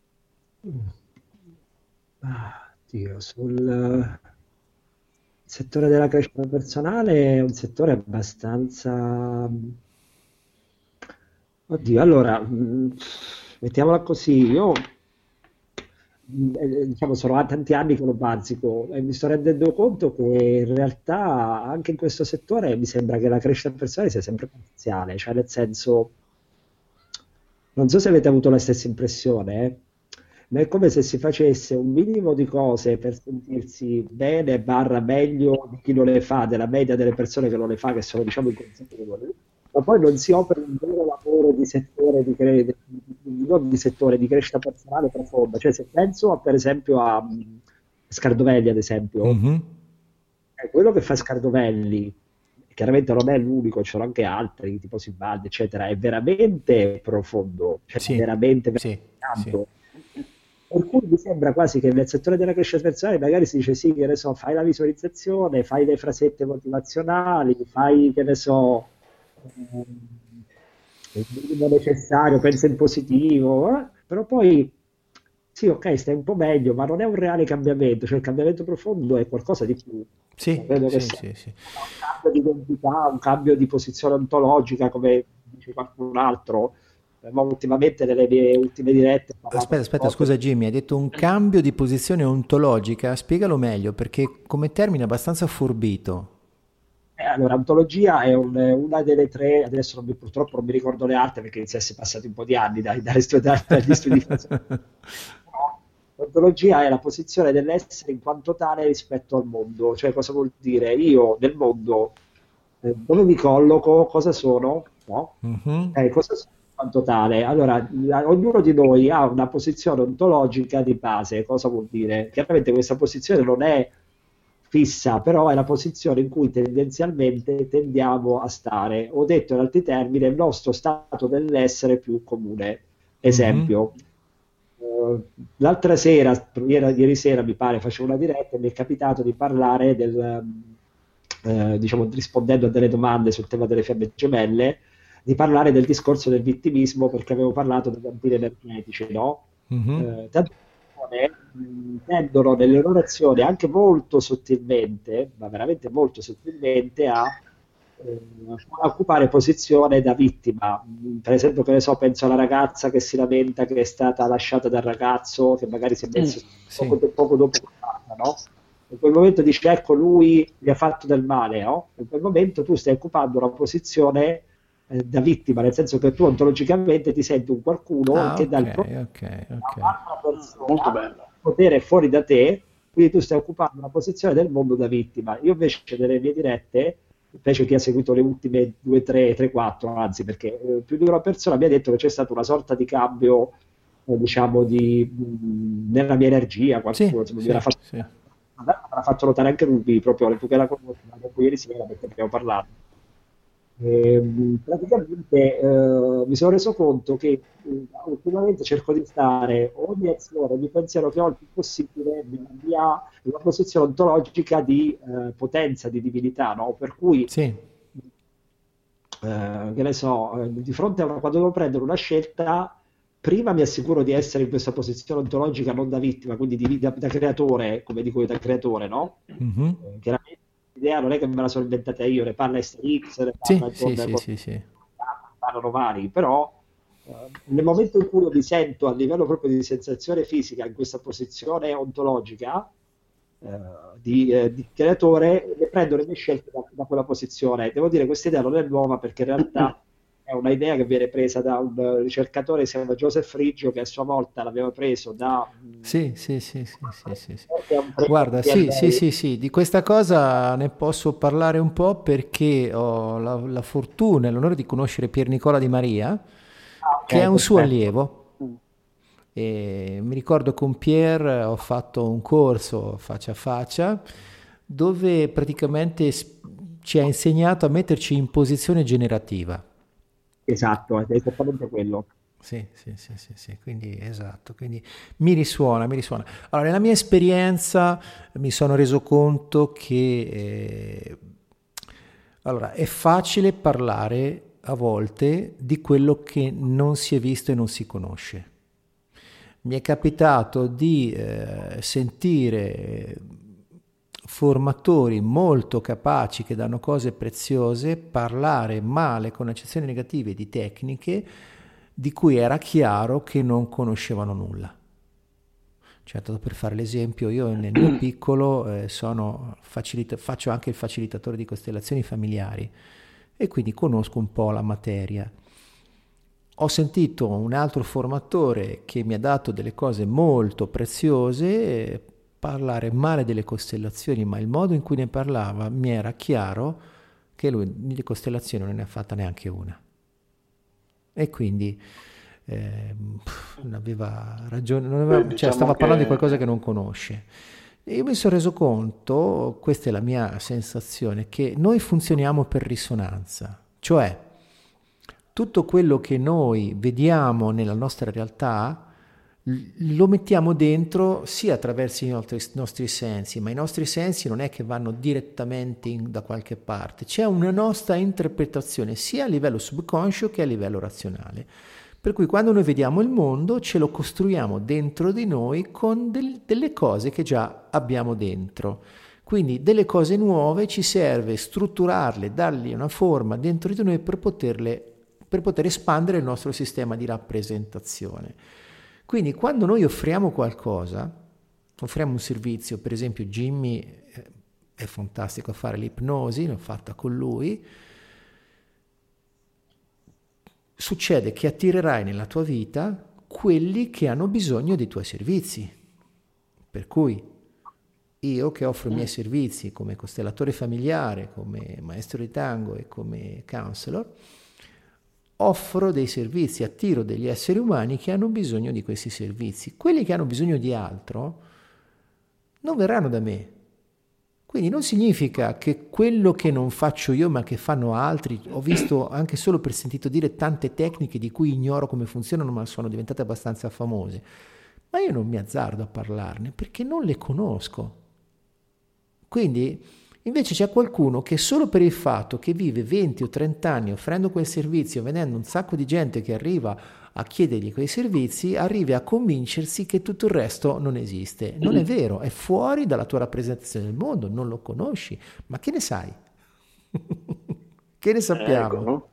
Speaker 3: Sul settore della crescita personale è un settore abbastanza... Oddio, allora, mettiamola così, io diciamo sono tanti anni che lo bazzico e mi sto rendendo conto che in realtà anche in questo settore mi sembra che la crescita personale sia sempre parziale, cioè nel senso, non so se avete avuto la stessa impressione, ma è come se si facesse un minimo di cose per sentirsi bene, barra meglio di chi non le fa, della media delle persone che non le fa, che sono diciamo inconsapevoli, ma poi non si opera un vero lavoro di settore non di settore di crescita personale profonda. Cioè, se penso per esempio a Scardovelli, ad esempio,
Speaker 1: Mhm.
Speaker 3: quello che fa Scardovelli, chiaramente non è l'unico, ci sono anche altri, tipo Sibaldi, eccetera, è veramente profondo, cioè
Speaker 1: Sì,
Speaker 3: veramente,
Speaker 1: sì,
Speaker 3: veramente
Speaker 1: sì.
Speaker 3: tanto. Per cui mi sembra quasi che nel settore della crescita personale magari si dice sì, che ne so, fai la visualizzazione, fai le frasette motivazionali, fai, che ne so, il minimo necessario, pensa in positivo, però poi sì, ok, stai un po' meglio, ma non è un reale cambiamento, cioè il cambiamento profondo è qualcosa di più. Io
Speaker 1: Sì,
Speaker 3: credo che
Speaker 1: sì,
Speaker 3: sia
Speaker 1: sì, sì.
Speaker 3: un cambio di identità, un cambio di posizione ontologica, come dice qualcun altro. Ma ultimamente nelle mie ultime dirette ho parlato
Speaker 1: Aspetta,
Speaker 3: più
Speaker 1: aspetta,
Speaker 3: volte.
Speaker 1: scusa Jimmy, hai detto un cambio di posizione ontologica, spiegalo meglio perché come termine è abbastanza forbito.
Speaker 3: Allora, ontologia è una delle tre, adesso purtroppo non mi ricordo le altre perché iniziassi passati un po' di anni dagli studi di filosofia. Però l'ontologia è la posizione dell'essere in quanto tale rispetto al mondo, cioè cosa vuol dire io nel mondo, dove mi colloco, cosa sono, no?
Speaker 1: Mhm.
Speaker 3: Cosa sono in quanto tale? Allora, ognuno di noi ha una posizione ontologica di base, cosa vuol dire? Chiaramente questa posizione non è fissa, però è la posizione in cui tendenzialmente tendiamo a stare. Ho detto in altri termini, è il nostro stato dell'essere più comune.
Speaker 1: Mhm.
Speaker 3: Esempio, l'altra sera, ieri sera mi pare, facevo una diretta e mi è capitato di parlare diciamo, rispondendo a delle domande sul tema delle fiamme gemelle, di parlare del discorso del vittimismo perché avevo parlato dei vampiri energetici, no?
Speaker 1: Mhm.
Speaker 3: Tante persone tendono nelle loro azioni anche molto sottilmente, ma veramente molto sottilmente, a occupare posizione da vittima. Per esempio, che ne so, penso alla ragazza che si lamenta che è stata lasciata dal ragazzo, che magari si è messo
Speaker 1: Sì.
Speaker 3: poco dopo che parla, no? In quel momento dice, ecco, lui mi ha fatto del male, no? In quel momento tu stai occupando una posizione da vittima, nel senso che tu ontologicamente ti senti un qualcuno
Speaker 1: Ah,
Speaker 3: che dà
Speaker 1: ok,
Speaker 3: il potere
Speaker 1: ok,
Speaker 3: a
Speaker 1: ok.
Speaker 3: un'altra
Speaker 2: Molto
Speaker 3: persona,
Speaker 2: bello.
Speaker 3: il potere è fuori da te, quindi tu stai occupando una posizione del mondo da vittima. Io invece nelle mie dirette, invece chi ha seguito le ultime 2, 3, 3, 4, anzi perché più di una persona mi ha detto che c'è stata una sorta di cambio, diciamo, nella mia energia,
Speaker 1: Sì,
Speaker 3: qualcuno insomma,
Speaker 1: sì, sì.
Speaker 3: me l'ha fatto notare anche lui, proprio tu che la conosci, me l'ha detto ieri sera perché abbiamo parlato. Praticamente mi sono reso conto che ultimamente cerco di stare ogni azione, ogni pensiero che ho il più possibile in una posizione ontologica di potenza, di divinità, no? Per cui,
Speaker 1: Sì.
Speaker 3: che ne so, di fronte quando devo prendere una scelta, prima mi assicuro di essere in questa posizione ontologica non da vittima, quindi da creatore, come dico io, da creatore, no?
Speaker 1: Mhm.
Speaker 3: Chiaramente l'idea non è che me la sono inventata io, ne parla SX, ne
Speaker 1: Sì,
Speaker 3: parla
Speaker 1: sì, sì,
Speaker 3: con
Speaker 1: sì, sì.
Speaker 3: parlano vari, però nel momento in cui io mi sento a livello proprio di sensazione fisica in questa posizione ontologica di creatore, ne prendo le mie scelte da quella posizione. Devo dire, questa idea non è nuova perché in realtà è una idea che viene presa da un ricercatore che si chiama Joseph Riggio, che a sua volta l'aveva preso da
Speaker 1: Sì, sì, sì, sì, sì, sì, sì.
Speaker 3: che è un premio
Speaker 1: Guarda, sì, sì,
Speaker 3: PNL.
Speaker 1: sì, sì, di questa cosa ne posso parlare un po' perché ho la fortuna e l'onore di conoscere Pier Nicola Di Maria,
Speaker 3: Ah,
Speaker 1: che è
Speaker 3: ok,
Speaker 1: un suo
Speaker 3: perfetto.
Speaker 1: allievo.
Speaker 3: Mm.
Speaker 1: E mi ricordo con Pier ho fatto un corso faccia a faccia dove praticamente ci ha insegnato a metterci in posizione generativa.
Speaker 3: Esatto, è esattamente quello.
Speaker 1: Sì, sì, sì, sì, sì, quindi esatto, quindi mi risuona, mi risuona. Allora, nella mia esperienza mi sono reso conto che allora, è facile parlare a volte di quello che non si è visto e non si conosce. Mi è capitato di sentire formatori molto capaci che danno cose preziose parlare male con accezioni negative di tecniche di cui era chiaro che non conoscevano nulla. Certo, per fare l'esempio, io nel mio piccolo faccio anche il facilitatore di costellazioni familiari e quindi conosco un po' la materia. Ho sentito un altro formatore che mi ha dato delle cose molto preziose parlare male delle costellazioni, ma il modo in cui ne parlava mi era chiaro che lui di costellazioni non ne ha fatta neanche una. E quindi non aveva ragione,
Speaker 2: Diciamo
Speaker 1: stava parlando di
Speaker 2: che
Speaker 1: qualcosa che non conosce. E io mi sono reso conto, questa è la mia sensazione, che noi funzioniamo per risonanza, cioè tutto quello che noi vediamo nella nostra realtà lo mettiamo dentro sia attraverso i nostri sensi, ma i nostri sensi non è che vanno direttamente da qualche parte, c'è una nostra interpretazione sia a livello subconscio che a livello razionale. Per cui quando noi vediamo il mondo ce lo costruiamo dentro di noi con delle cose che già abbiamo dentro. Quindi delle cose nuove ci serve strutturarle, dargli una forma dentro di noi per poter espandere il nostro sistema di rappresentazione. Quindi quando noi offriamo qualcosa, offriamo un servizio, per esempio Jimmy è fantastico a fare l'ipnosi, l'ho fatta con lui, succede che attirerai nella tua vita quelli che hanno bisogno dei tuoi servizi. Per cui io che offro i miei servizi come costellatore familiare, come maestro di tango e come counselor, offro dei servizi, attiro degli esseri umani che hanno bisogno di questi servizi. Quelli che hanno bisogno di altro non verranno da me. Quindi non significa che quello che non faccio io ma che fanno altri, ho visto anche solo per sentito dire tante tecniche di cui ignoro come funzionano ma sono diventate abbastanza famose, ma io non mi azzardo a parlarne perché non le conosco. Quindi invece c'è qualcuno che solo per il fatto che vive 20 o 30 anni offrendo quel servizio, vedendo un sacco di gente che arriva a chiedergli quei servizi, arrivi a convincersi che tutto il resto non esiste. Non è vero, è fuori dalla tua rappresentazione del mondo, non lo conosci, ma che ne sai? Che ne sappiamo?
Speaker 2: Ecco, no?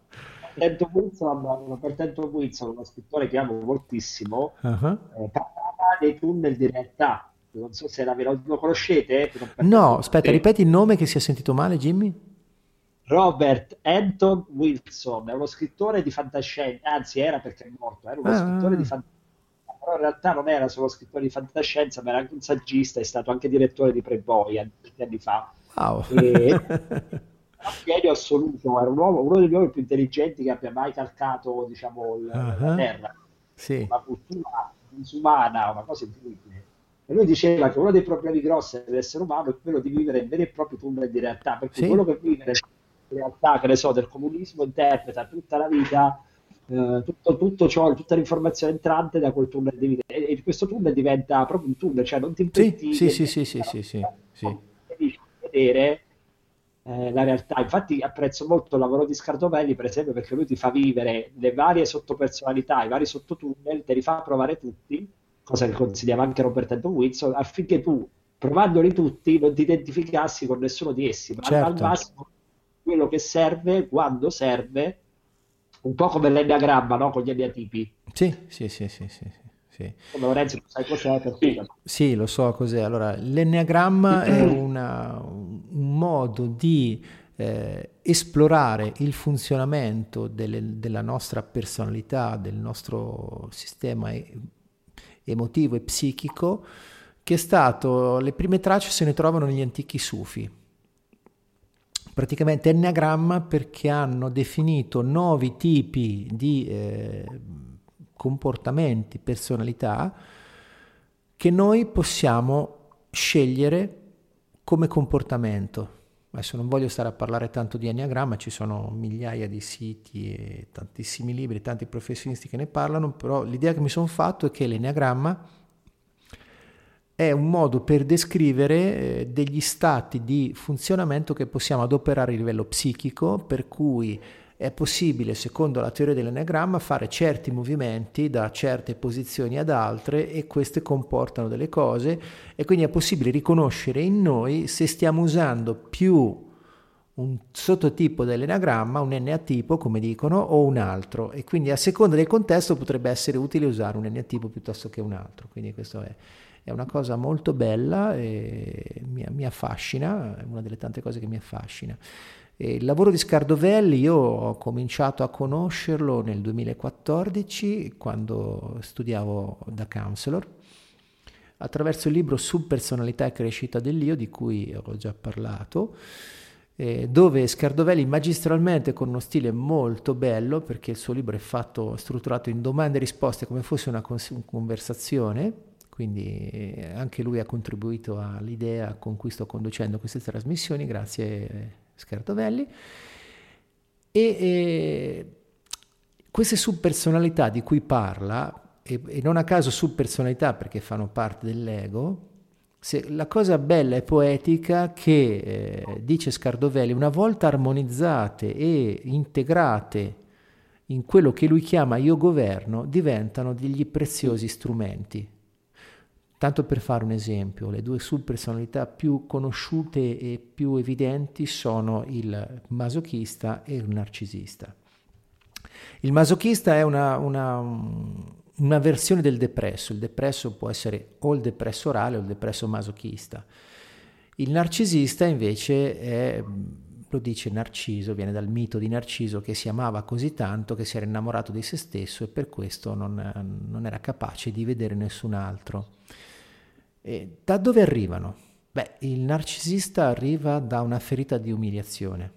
Speaker 3: Bertento Wilson, uno scrittore che amo moltissimo,
Speaker 1: Uh-huh.
Speaker 3: parlava dei tunnel di realtà. Non so se lo conoscete.
Speaker 1: No, aspetta, ripeti il nome che si è sentito male, Jimmy?
Speaker 3: Robert Anton Wilson è uno scrittore di fantascienza, anzi era perché è morto, era uno scrittore di fantascienza, però in realtà non era solo scrittore di fantascienza, ma era anche un saggista, è stato anche direttore di Playboy anni fa.
Speaker 1: Wow.
Speaker 3: E un genio assoluto, era uno degli uomini più intelligenti che abbia mai calcato, diciamo, la Terra.
Speaker 1: Sì.
Speaker 3: Una cultura disumana, una cosa incredibile. E lui diceva che uno dei problemi grossi dell'essere umano è quello di vivere in veri e propri tunnel di realtà, per cui
Speaker 1: Sì.
Speaker 3: quello che vive in realtà, che ne so, del comunismo interpreta tutta la vita, tutto ciò, tutta l'informazione entrante da quel tunnel di vita. E questo tunnel diventa proprio un tunnel, cioè non ti impedisce
Speaker 1: Sì.
Speaker 3: vedere la realtà. Infatti apprezzo molto il lavoro di Scardovelli, per esempio, perché lui ti fa vivere le varie sottopersonalità, i vari sottotunnel, te li fa provare tutti, cosa che consigliava anche Robert Anton Wilson, affinché tu, provandoli tutti, non ti identificassi con nessuno di essi, ma
Speaker 1: Certo.
Speaker 3: al massimo quello che serve, quando serve, un po' come l'enneagramma, no? Con gli enneatipi.
Speaker 1: Sì.
Speaker 3: Come Lorenzo, tu sai cos'è?
Speaker 1: Sì, lo so cos'è. Allora, l'enneagramma è un modo di esplorare il funzionamento della nostra personalità, del nostro sistema emotivo e psichico, che è stato, le prime tracce se ne trovano negli antichi sufi. Praticamente enneagramma perché hanno definito 9 tipi di comportamenti, personalità che noi possiamo scegliere come comportamento. Adesso non voglio stare a parlare tanto di enneagramma, ci sono migliaia di siti e tantissimi libri, tanti professionisti che ne parlano, però l'idea che mi sono fatto è che l'enneagramma è un modo per descrivere degli stati di funzionamento che possiamo adoperare a livello psichico, per cui è possibile, secondo la teoria dell'enneagramma, fare certi movimenti da certe posizioni ad altre e queste comportano delle cose e quindi è possibile riconoscere in noi se stiamo usando più un sottotipo dell'enneagramma, un enneatipo come dicono, o un altro, e quindi a seconda del contesto potrebbe essere utile usare un enneatipo piuttosto che un altro. Quindi questo è una cosa molto bella e mi affascina, è una delle tante cose che mi affascina. E il lavoro di Scardovelli io ho cominciato a conoscerlo nel 2014 quando studiavo da counselor, attraverso il libro Subpersonalità e crescita dell'io, di cui ho già parlato, dove Scardovelli magistralmente, con uno stile molto bello, perché il suo libro è strutturato in domande e risposte come fosse una conversazione, quindi anche lui ha contribuito all'idea con cui sto conducendo queste trasmissioni, grazie Scardovelli. E queste subpersonalità di cui parla, e non a caso subpersonalità perché fanno parte dell'ego, la cosa bella e poetica che dice Scardovelli, una volta armonizzate e integrate in quello che lui chiama io governo, diventano degli preziosi strumenti. Tanto per fare un esempio, le due subpersonalità più conosciute e più evidenti sono il masochista e il narcisista. Il masochista è una versione del depresso. Il depresso può essere o il depresso orale o il depresso masochista. Il narcisista invece è, lo dice Narciso, viene dal mito di Narciso, che si amava così tanto che si era innamorato di se stesso e per questo non era capace di vedere nessun altro. E da dove arrivano? Beh, il narcisista arriva da una ferita di umiliazione.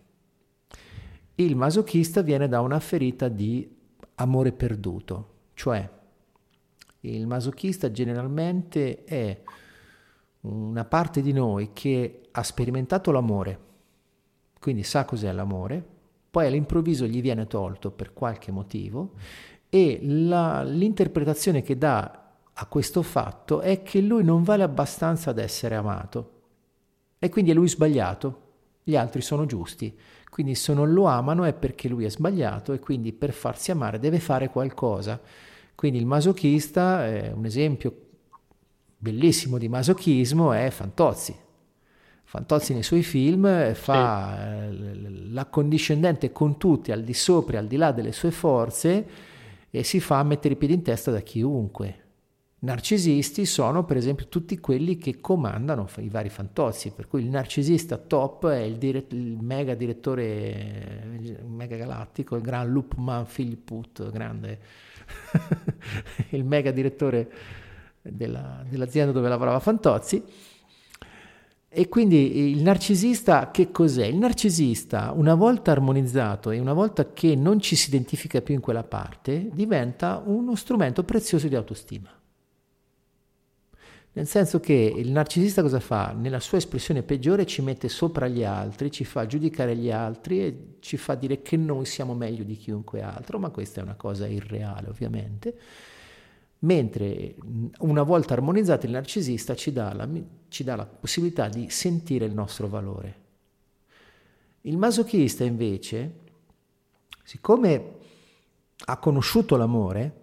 Speaker 1: Il masochista viene da una ferita di amore perduto, cioè il masochista generalmente è una parte di noi che ha sperimentato l'amore, quindi sa cos'è l'amore, poi all'improvviso gli viene tolto per qualche motivo e l'interpretazione che dà a questo fatto è che lui non vale abbastanza ad essere amato e quindi è lui sbagliato, gli altri sono giusti, quindi se non lo amano è perché lui è sbagliato e quindi per farsi amare deve fare qualcosa. Quindi il masochista, un esempio bellissimo di masochismo è Fantozzi. Fantozzi nei suoi film fa l'accondiscendente con tutti, al di sopra e al di là delle sue forze e si fa mettere i piedi in testa da chiunque. Narcisisti sono per esempio tutti quelli che comandano i vari Fantozzi, per cui il narcisista top è il mega direttore mega galattico, il gran Lupman Philipput, grande il mega direttore dell'azienda dove lavorava Fantozzi. E quindi il narcisista che cos'è? Il narcisista, una volta armonizzato e una volta che non ci si identifica più in quella parte, diventa uno strumento prezioso di autostima. Nel senso che il narcisista cosa fa? Nella sua espressione peggiore ci mette sopra gli altri, ci fa giudicare gli altri e ci fa dire che noi siamo meglio di chiunque altro, ma questa è una cosa irreale ovviamente. Mentre una volta armonizzato il narcisista ci dà la possibilità di sentire il nostro valore. Il masochista invece, siccome ha conosciuto l'amore,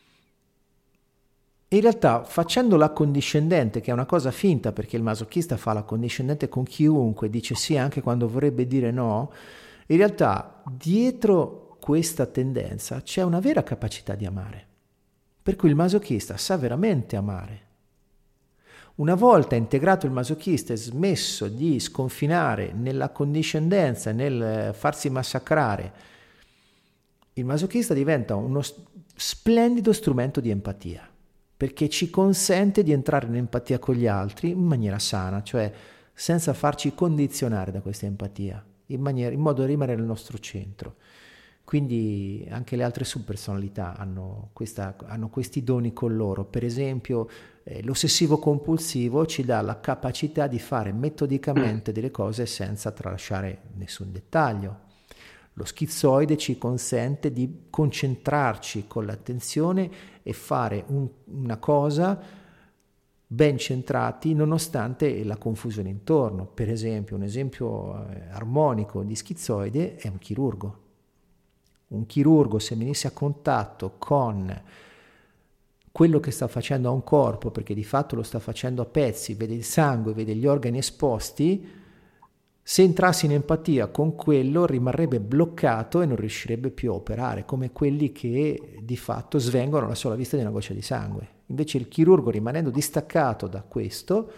Speaker 1: in realtà facendo l'accondiscendente, che è una cosa finta perché il masochista fa l'accondiscendente con chiunque, dice sì anche quando vorrebbe dire no, in realtà dietro questa tendenza c'è una vera capacità di amare. Per cui il masochista sa veramente amare. Una volta integrato il masochista e smesso di sconfinare nella condiscendenza, nel farsi massacrare, il masochista diventa uno splendido strumento di empatia, perché ci consente di entrare in empatia con gli altri in maniera sana, cioè senza farci condizionare da questa empatia, in modo da rimanere nel nostro centro. Quindi anche le altre subpersonalità hanno questi doni con loro. Per esempio l'ossessivo compulsivo ci dà la capacità di fare metodicamente delle cose senza tralasciare nessun dettaglio. Lo schizoide ci consente di concentrarci con l'attenzione e fare una cosa ben centrati nonostante la confusione intorno. Per esempio, un esempio armonico di schizoide è un chirurgo. Un chirurgo, se venisse a contatto con quello che sta facendo a un corpo, perché di fatto lo sta facendo a pezzi, vede il sangue, vede gli organi esposti, se entrasse in empatia con quello rimarrebbe bloccato e non riuscirebbe più a operare, come quelli che di fatto svengono alla sola vista di una goccia di sangue. Invece il chirurgo, rimanendo distaccato da questo,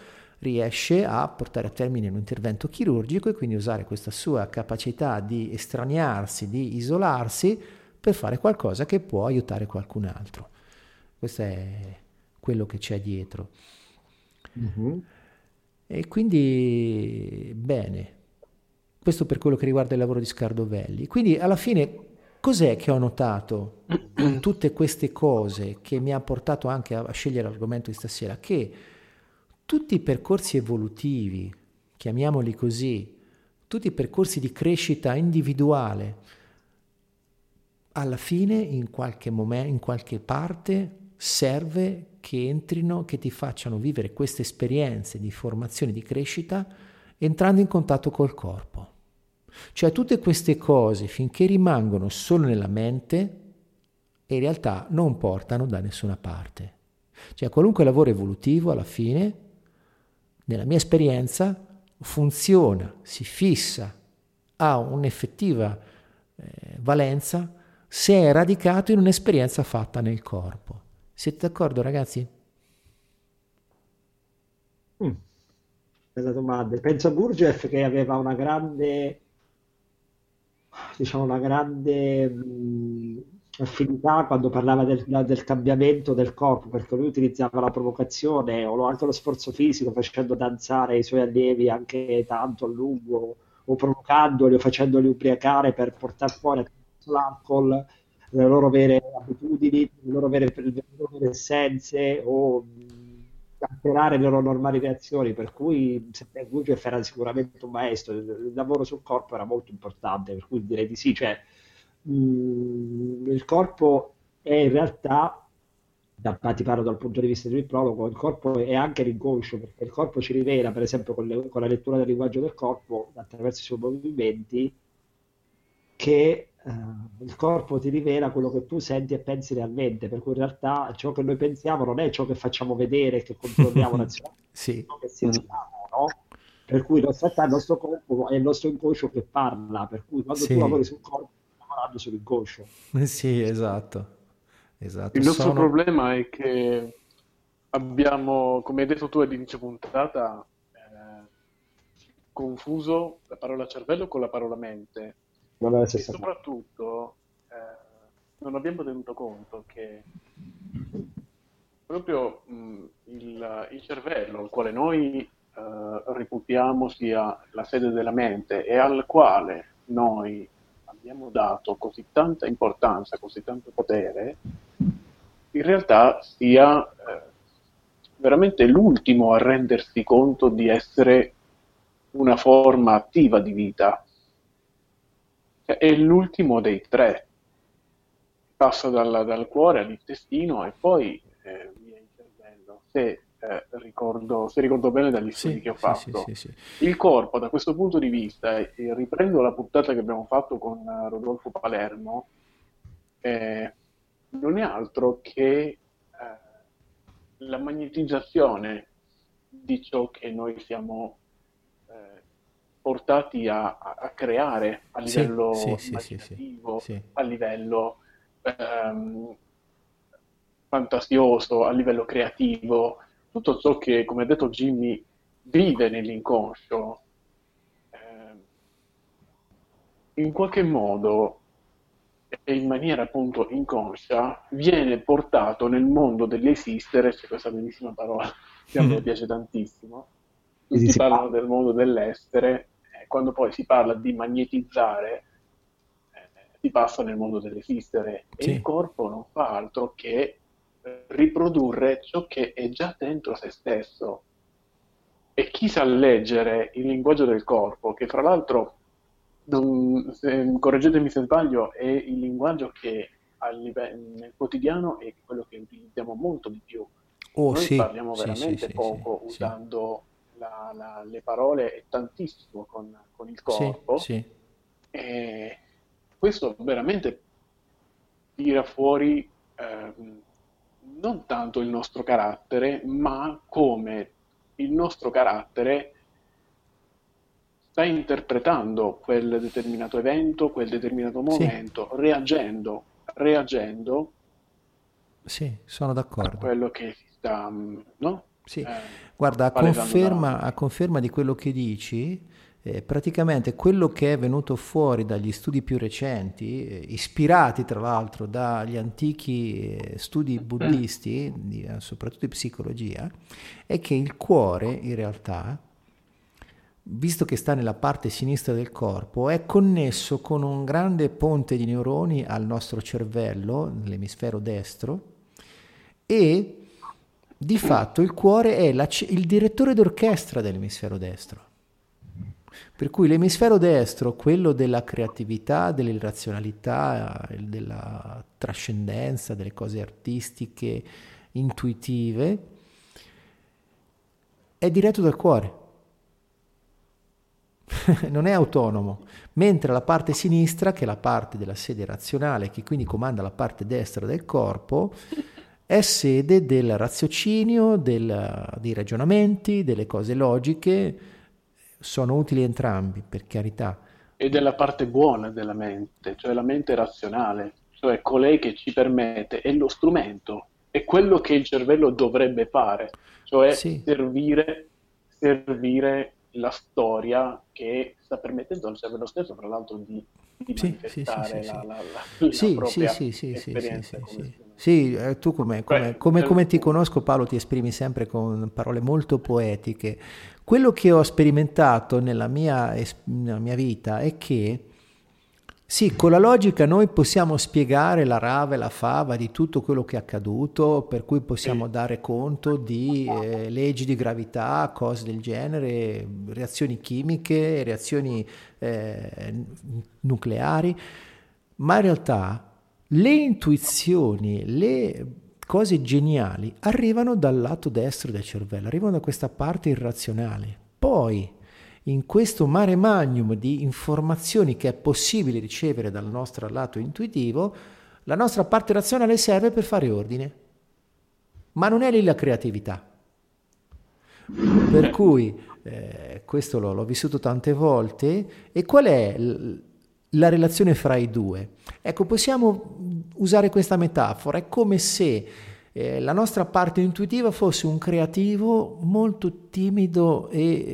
Speaker 1: riesce a portare a termine un intervento chirurgico e quindi usare questa sua capacità di estraniarsi, di isolarsi per fare qualcosa che può aiutare qualcun altro. Questo è quello che c'è dietro.
Speaker 3: Mhm.
Speaker 1: E quindi, bene, questo per quello che riguarda il lavoro di Scardovelli. Quindi alla fine cos'è che ho notato in tutte queste cose che mi ha portato anche a scegliere l'argomento di stasera? Che tutti i percorsi evolutivi, chiamiamoli così, tutti i percorsi di crescita individuale, alla fine in qualche momento, in qualche parte serve che entrino, che ti facciano vivere queste esperienze di formazione, di crescita, entrando in contatto col corpo. Cioè tutte queste cose, finché rimangono solo nella mente, in realtà non portano da nessuna parte. Cioè qualunque lavoro evolutivo alla fine, nella mia esperienza, funziona, si fissa, ha un'effettiva valenza se è radicato in un'esperienza fatta nel corpo. Siete d'accordo, ragazzi?
Speaker 3: Mm, Bella domanda. Penso a Gurdjieff che aveva una grande, diciamo, una grande affinità quando parlava del cambiamento del corpo, perché lui utilizzava la provocazione o anche lo sforzo fisico, facendo danzare i suoi allievi anche tanto a lungo, o provocandoli o facendoli ubriacare per portare fuori attraverso l'alcol le loro vere abitudini, le loro vere essenze o alterare le loro normali reazioni, per cui Gurdjieff era sicuramente un maestro, il lavoro sul corpo era molto importante, per cui direi di sì, cioè il corpo è in realtà, ti parlo dal punto di vista di un prologo, il corpo è anche l'inconscio, perché il corpo ci rivela, per esempio con la lettura del linguaggio del corpo, attraverso i suoi movimenti, che il corpo ti rivela quello che tu senti e pensi realmente, per cui in realtà ciò che noi pensiamo non è ciò che facciamo vedere, che controlliamo razionalmente,
Speaker 1: Sì,
Speaker 3: è ciò che sentiamo, no? Per cui in realtà il nostro corpo è il nostro inconscio che parla, per cui quando tu
Speaker 1: sì,
Speaker 3: lavori sul corpo, stai lavorando sull'inconscio.
Speaker 1: sì, esatto, esatto.
Speaker 2: Il nostro problema è che abbiamo, come hai detto tu all'inizio puntata, confuso la parola cervello con la parola mente
Speaker 3: Non è la
Speaker 2: e
Speaker 3: stessa cosa.
Speaker 2: soprattutto non abbiamo tenuto conto che proprio il cervello, al quale noi reputiamo sia la sede della mente e al quale noi abbiamo dato così tanta importanza, così tanto potere, in realtà sia veramente l'ultimo a rendersi conto di essere una forma attiva di vita. Cioè, è l'ultimo dei tre. Passa dal cuore all'intestino e poi via il cervello, se ricordo bene dagli studi
Speaker 1: Sì,
Speaker 2: che ho
Speaker 1: sì, sì,
Speaker 2: fatto.
Speaker 1: sì, sì.
Speaker 2: Il corpo, da questo punto di vista, e riprendo la puntata che abbiamo fatto con Rodolfo Palermo, eh, non è altro che la magnetizzazione di ciò che noi siamo eh, portati a creare a
Speaker 1: Sì, sì,
Speaker 2: livello
Speaker 1: sì, sì, sì,
Speaker 2: immaginativo,
Speaker 1: sì,
Speaker 2: a livello ehm, fantasioso, a livello creativo, tutto ciò che, come ha detto Jimmy, vive nell'inconscio, ehm, in qualche modo e in maniera appunto inconscia viene portato nel mondo dell'esistere, c'è questa bellissima parola che a me piace tantissimo,
Speaker 3: Sì, sì,
Speaker 2: tutti
Speaker 3: sì.
Speaker 2: parlano del mondo dell'essere, quando poi si parla di magnetizzare si passa nel mondo dell'esistere e il
Speaker 1: sì,
Speaker 2: corpo non fa altro che riprodurre ciò che è già dentro se stesso. E chi sa leggere il linguaggio del corpo, che fra l'altro, correggetemi se sbaglio, è il linguaggio che nel quotidiano è quello che utilizziamo molto di più.
Speaker 1: oh
Speaker 2: Noi
Speaker 1: sì,
Speaker 2: parliamo
Speaker 1: sì, sì,
Speaker 2: veramente
Speaker 1: sì, sì,
Speaker 2: poco
Speaker 1: sì,
Speaker 2: usando le parole e tantissimo con il
Speaker 1: sì,
Speaker 2: corpo
Speaker 1: sì,
Speaker 2: e questo veramente tira fuori non tanto il nostro carattere, ma come il nostro carattere sta interpretando quel determinato evento, quel determinato
Speaker 1: sì,
Speaker 2: momento, reagendo
Speaker 1: sì, sono
Speaker 2: a
Speaker 1: d'accordo.
Speaker 2: quello che si sta, no?
Speaker 1: Sì, guarda, a conferma di quello che dici, praticamente quello che è venuto fuori dagli studi più recenti, ispirati tra l'altro dagli antichi studi buddisti, soprattutto di psicologia, è che il cuore in realtà, visto che sta nella parte sinistra del corpo, è connesso con un grande ponte di neuroni al nostro cervello, nell'emisfero destro, e di fatto il cuore è il direttore d'orchestra dell'emisfero destro. Per cui l'emisfero destro, quello della creatività, dell'irrazionalità, della trascendenza, delle cose artistiche, intuitive, è diretto dal cuore. Non è autonomo, mentre la parte sinistra, che è la parte della sede razionale, che quindi comanda la parte destra del corpo, è sede del raziocinio, dei ragionamenti, delle cose logiche. Sono utili entrambi, per carità.
Speaker 2: E della parte buona della mente, cioè la mente razionale, cioè colei che ci permette, è lo strumento, è quello che il cervello dovrebbe fare, cioè
Speaker 1: Sì,
Speaker 2: servire la storia che sta permettendo al cervello stesso, tra l'altro, di
Speaker 1: sì, sì, sì, sì,
Speaker 2: manifestare
Speaker 1: sì.
Speaker 2: la
Speaker 1: Sì, sì,
Speaker 2: propria
Speaker 1: sì, sì, sì, sì,
Speaker 2: esperienza
Speaker 1: sì,
Speaker 2: come
Speaker 1: sì.
Speaker 2: strumento.
Speaker 1: Sì, tu
Speaker 2: Cioè,
Speaker 1: come ti conosco, Paolo, ti esprimi sempre con parole molto poetiche. Quello che ho sperimentato nella mia vita è che, sì, con la logica noi possiamo spiegare la rava e la fava di tutto quello che è accaduto, per cui possiamo
Speaker 2: sì,
Speaker 1: dare conto di leggi di gravità, cose del genere, reazioni chimiche, reazioni eh, nucleari, ma in realtà le intuizioni, le cose geniali arrivano dal lato destro del cervello, arrivano da questa parte irrazionale. Poi, in questo mare magnum di informazioni che è possibile ricevere dal nostro lato intuitivo, la nostra parte razionale serve per fare ordine, ma non è lì la creatività. Per cui questo l'ho vissuto tante volte. E qual è la relazione fra i due? Ecco, possiamo usare questa metafora, è come se la nostra parte intuitiva fosse un creativo molto timido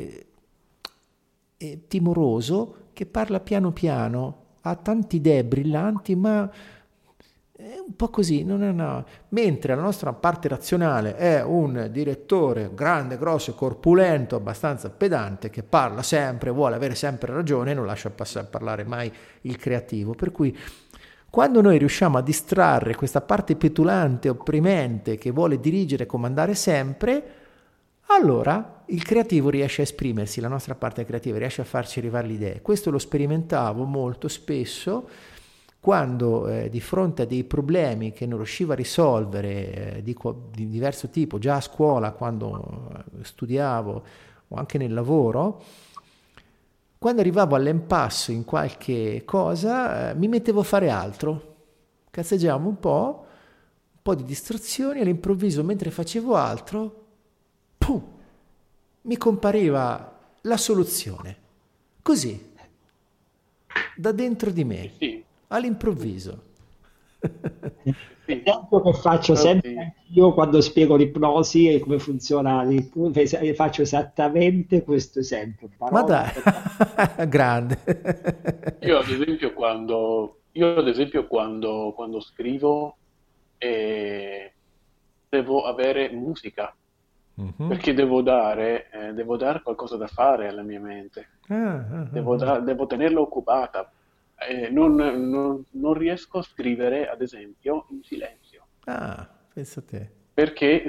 Speaker 1: e timoroso che parla piano piano, ha tante idee brillanti, ma è un po' così, no. Mentre la nostra parte razionale è un direttore grande, grosso, corpulento, abbastanza pedante, che parla sempre, vuole avere sempre ragione e non lascia parlare mai il creativo. Per cui quando noi riusciamo a distrarre questa parte petulante, opprimente, che vuole dirigere e comandare sempre, allora il creativo riesce a esprimersi, la nostra parte creativa riesce a farci arrivare le idee. Questo lo sperimentavo molto spesso quando di fronte a dei problemi che non riuscivo a risolvere di diverso tipo, già a scuola, quando studiavo o anche nel lavoro, quando arrivavo all'impasse in qualche cosa, mi mettevo a fare altro, cazzeggiavo un po' di distrazioni, all'improvviso mentre facevo altro, pum, mi compariva la soluzione, così, da dentro di
Speaker 2: sì,
Speaker 1: me,
Speaker 2: sì,
Speaker 1: all'improvviso.
Speaker 2: sì,
Speaker 3: L'esempio che faccio sempre
Speaker 2: infatti
Speaker 3: anch'io quando spiego l'ipnosi e come funziona l'ipnosi, faccio esattamente questo esempio,
Speaker 1: Ma
Speaker 3: parola
Speaker 1: dai,
Speaker 3: per parola.
Speaker 1: grande.
Speaker 2: quando scrivo, eh, devo avere musica,
Speaker 1: Mhm.
Speaker 2: perché devo dare qualcosa da fare alla mia mente,
Speaker 1: Ah, ah, ah, ah.
Speaker 2: devo tenerla occupata. Non riesco a scrivere, ad esempio, in silenzio,
Speaker 1: Ah, pensa a te.
Speaker 2: perché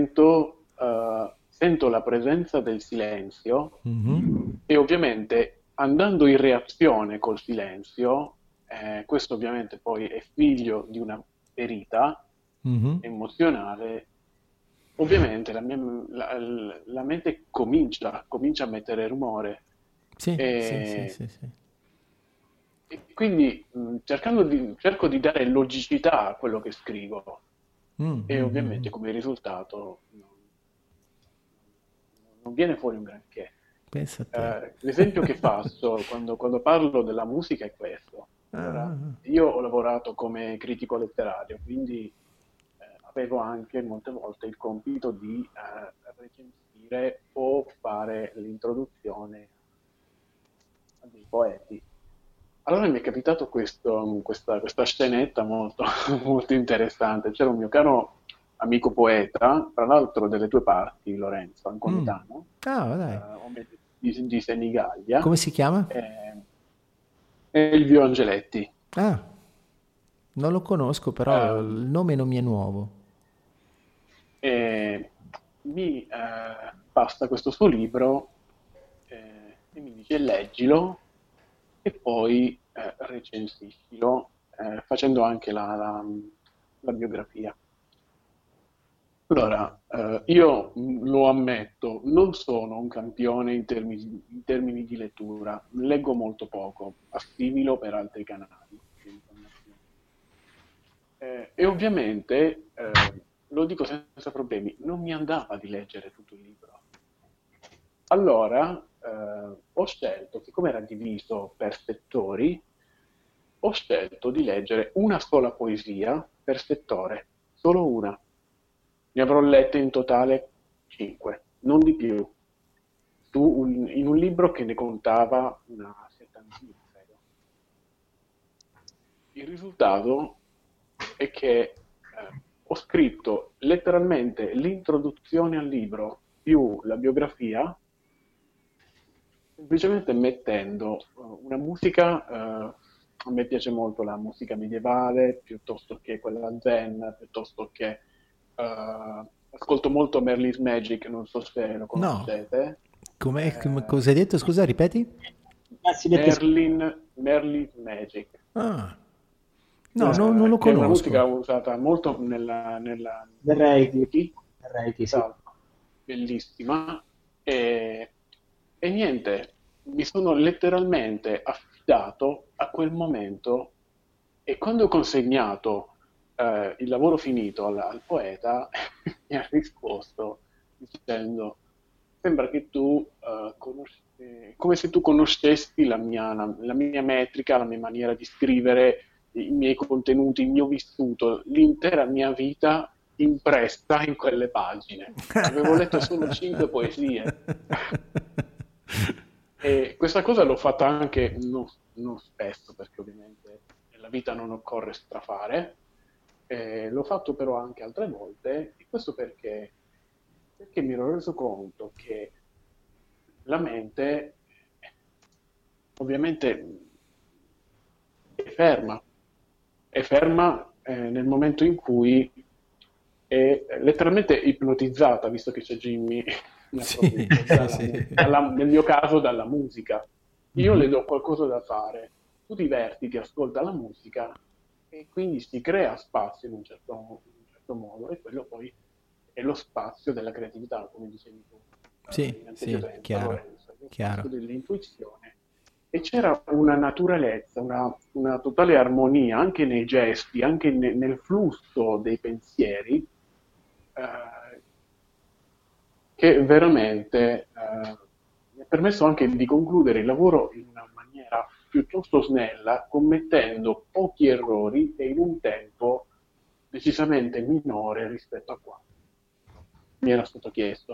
Speaker 2: sento la presenza del silenzio
Speaker 1: Mhm.
Speaker 2: e ovviamente andando in reazione col silenzio, questo ovviamente poi è figlio di una ferita
Speaker 1: Mhm.
Speaker 2: emozionale, ovviamente la mente comincia a mettere rumore.
Speaker 1: Sì, sì, sì,
Speaker 2: E,
Speaker 1: sì, sì.
Speaker 2: e quindi cerco di dare logicità a quello che scrivo
Speaker 1: Mm,
Speaker 2: e
Speaker 1: mm, mm,
Speaker 2: ovviamente
Speaker 1: mm.
Speaker 2: come risultato non viene fuori un granché.
Speaker 1: Pensa a te.
Speaker 2: L'esempio che faccio quando parlo della musica è questo.
Speaker 1: Ah,
Speaker 2: Allora,
Speaker 1: ah,
Speaker 2: io ho lavorato come critico letterario, quindi avevo anche molte volte il compito di recensire o fare l'introduzione a dei poeti. Allora mi è capitato questa scenetta molto, molto interessante. C'era un mio caro amico poeta, tra l'altro delle tue parti, Lorenzo,
Speaker 1: Mm.
Speaker 2: anconitano,
Speaker 1: Ah, dai.
Speaker 2: o meglio, di Senigallia,
Speaker 1: Come si chiama?
Speaker 2: eh, è Elvio Angeletti.
Speaker 1: Ah, non lo conosco, però il
Speaker 2: Ehm,
Speaker 1: nome non mi è nuovo.
Speaker 2: e mi passa questo suo libro e mi dice leggilo e poi recensiscilo, facendo anche la biografia. Allora, io lo ammetto, non sono un campione in termini di lettura, leggo molto poco, assimilo per altri canali di informazione. E ovviamente, lo dico senza problemi, non mi andava di leggere tutto il libro. Allora, ho scelto, siccome era diviso per settori, ho scelto di leggere una sola poesia per settore, solo una. Ne avrò lette in totale 5, non di più, in un libro che ne contava una settantina, credo. Il risultato è che ho scritto letteralmente l'introduzione al libro più la biografia, semplicemente mettendo una musica, a me piace molto la musica medievale, piuttosto che quella zen, piuttosto che ascolto molto Merlin's Magic, non so se lo
Speaker 1: No.
Speaker 2: conoscete.
Speaker 1: Cosa hai detto? Scusa, ripeti?
Speaker 3: Si mette
Speaker 2: Merlin's Magic.
Speaker 1: Ah, no, non lo
Speaker 2: Che è una
Speaker 1: conosco.
Speaker 2: musica usata molto
Speaker 3: del
Speaker 2: nel
Speaker 3: Reiki,
Speaker 2: Reiki,
Speaker 3: del Reiki, sì.
Speaker 2: esatto, bellissima, e, e niente, mi sono letteralmente affidato a quel momento e quando ho consegnato il lavoro finito al poeta, mi ha risposto dicendo, sembra che tu come se tu conoscessi la mia metrica, la mia maniera di scrivere, i miei contenuti, il mio vissuto, l'intera mia vita impressa in quelle pagine. Avevo letto solo 5 poesie. E questa cosa l'ho fatta anche, non spesso, perché ovviamente nella vita non occorre strafare, l'ho fatto però anche altre volte, e questo perché mi ero reso conto che la mente ovviamente è ferma nel momento in cui è letteralmente ipnotizzata, visto che c'è Jimmy nel
Speaker 1: Sì,
Speaker 2: profilo,
Speaker 1: sì, sì.
Speaker 2: nel mio caso dalla musica. Io le
Speaker 1: Mhm.
Speaker 2: do qualcosa da fare, tu divertiti, ascolta la musica e quindi si crea spazio in un certo modo e quello poi è lo spazio della creatività, come dicevi tu
Speaker 1: Sì,
Speaker 2: in
Speaker 1: sì,
Speaker 2: antecedenza,
Speaker 1: chiaro,
Speaker 2: Lorenzo, è lo spazio
Speaker 1: chiaro.
Speaker 2: dell'intuizione e c'era una naturalezza, una totale armonia anche nei gesti, anche nel flusso dei pensieri, eh, che veramente mi ha permesso anche di concludere il lavoro in una maniera piuttosto snella, commettendo pochi errori e in un tempo decisamente minore rispetto a quanto mi era stato chiesto.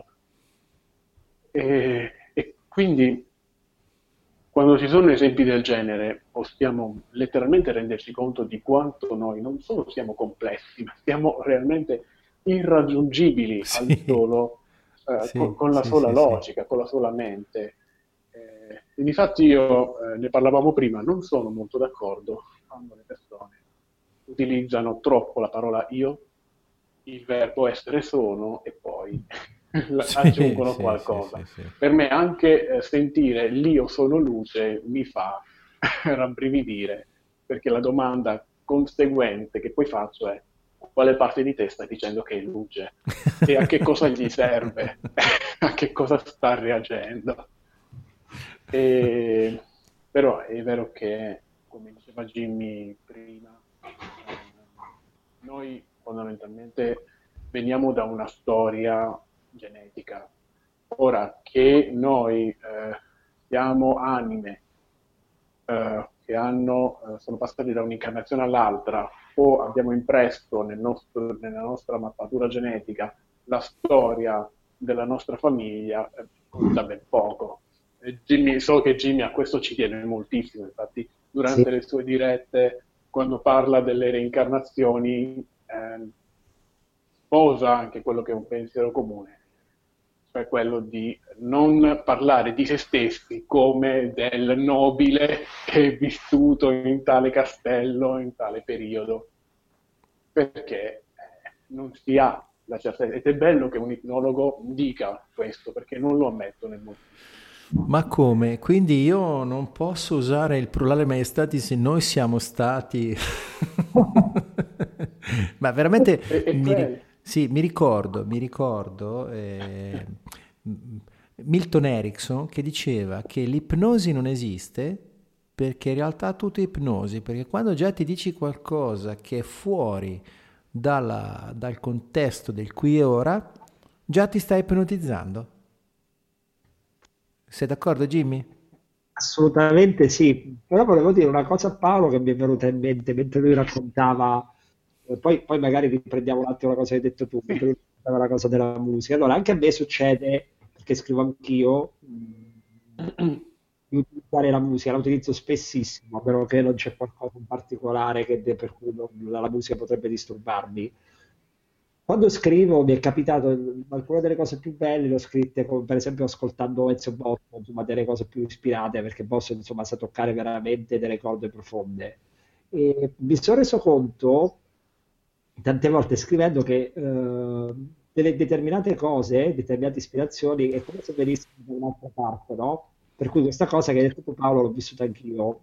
Speaker 2: E quindi quando ci sono esempi del genere possiamo letteralmente renderci conto di quanto noi non solo siamo complessi, ma siamo realmente irraggiungibili al
Speaker 1: Sì,
Speaker 2: solo,
Speaker 1: sì,
Speaker 2: con la
Speaker 1: sì,
Speaker 2: sola
Speaker 1: sì, sì.
Speaker 2: logica, con la sola mente. E difatti io, ne parlavamo prima, non sono molto d'accordo quando le persone utilizzano troppo la parola io, il verbo essere sono e poi
Speaker 1: Sì,
Speaker 2: aggiungono
Speaker 1: sì, sì,
Speaker 2: qualcosa.
Speaker 1: sì, sì.
Speaker 2: Per me anche sentire l'io sono luce mi fa rabbrividire, perché la domanda conseguente che poi faccio è quale parte di te sta dicendo che è luce e a che cosa gli serve, a che cosa sta reagendo. E, però è vero che, come diceva Jimmy prima, noi fondamentalmente veniamo da una storia genetica. Ora che noi siamo anime che sono passati da un'incarnazione all'altra o abbiamo impresso nella nostra mappatura genetica la storia della nostra famiglia, conta ben poco. So che Jimmy a questo ci tiene moltissimo, infatti durante le sue dirette, quando parla delle reincarnazioni, sposa anche quello che è un pensiero comune, cioè quello di non parlare di se stessi come del nobile che è vissuto in tale castello, in tale periodo, perché non si ha la certezza. Ed è bello che un ipnologo dica questo, perché non lo ammetto nel mondo.
Speaker 1: Ma come? Quindi io non posso usare il plurale mai stati se noi siamo stati... Ma veramente sì, mi ricordo Milton Erickson che diceva che l'ipnosi non esiste perché in realtà tutto è ipnosi, perché quando già ti dici qualcosa che è fuori dal contesto del qui e ora, già ti stai ipnotizzando. Sei d'accordo, Jimmy?
Speaker 3: Assolutamente sì, però volevo dire una cosa a Paolo che mi è venuta in mente mentre lui raccontava, poi magari riprendiamo un attimo la cosa che hai detto tu, mentre lui raccontava la cosa della musica. Allora, anche a me succede, perché scrivo anch'io, di utilizzare la musica, la utilizzo spessissimo, a meno che non c'è qualcosa in particolare per cui la musica potrebbe disturbarmi. Quando scrivo mi è capitato, alcune delle cose più belle le ho scritte, come per esempio ascoltando Ezio Botto, insomma, delle cose più ispirate, perché Botto insomma sa toccare veramente delle corde profonde. E mi sono reso conto, tante volte scrivendo, che delle determinate cose, determinate ispirazioni, è come se venissero da un'altra parte, no? Per cui questa cosa che hai detto tu, Paolo, l'ho vissuta anch'io.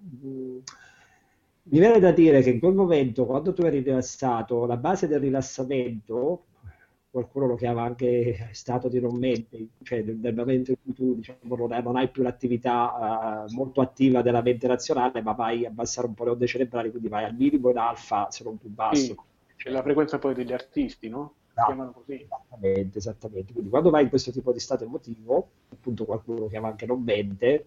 Speaker 3: Mi viene da dire che in quel momento, quando tu eri rilassato, la base del rilassamento, qualcuno lo chiama anche stato di non mente, cioè nel momento in cui tu diciamo, non hai più l'attività molto attiva della mente razionale, ma vai a abbassare un po' le onde cerebrali, quindi vai al minimo in alfa, se non più basso.
Speaker 2: Sì, c'è la frequenza poi degli artisti, no? Si chiamano così.
Speaker 3: Esattamente, esattamente. Quindi quando vai in questo tipo di stato emotivo, appunto qualcuno lo chiama anche non mente,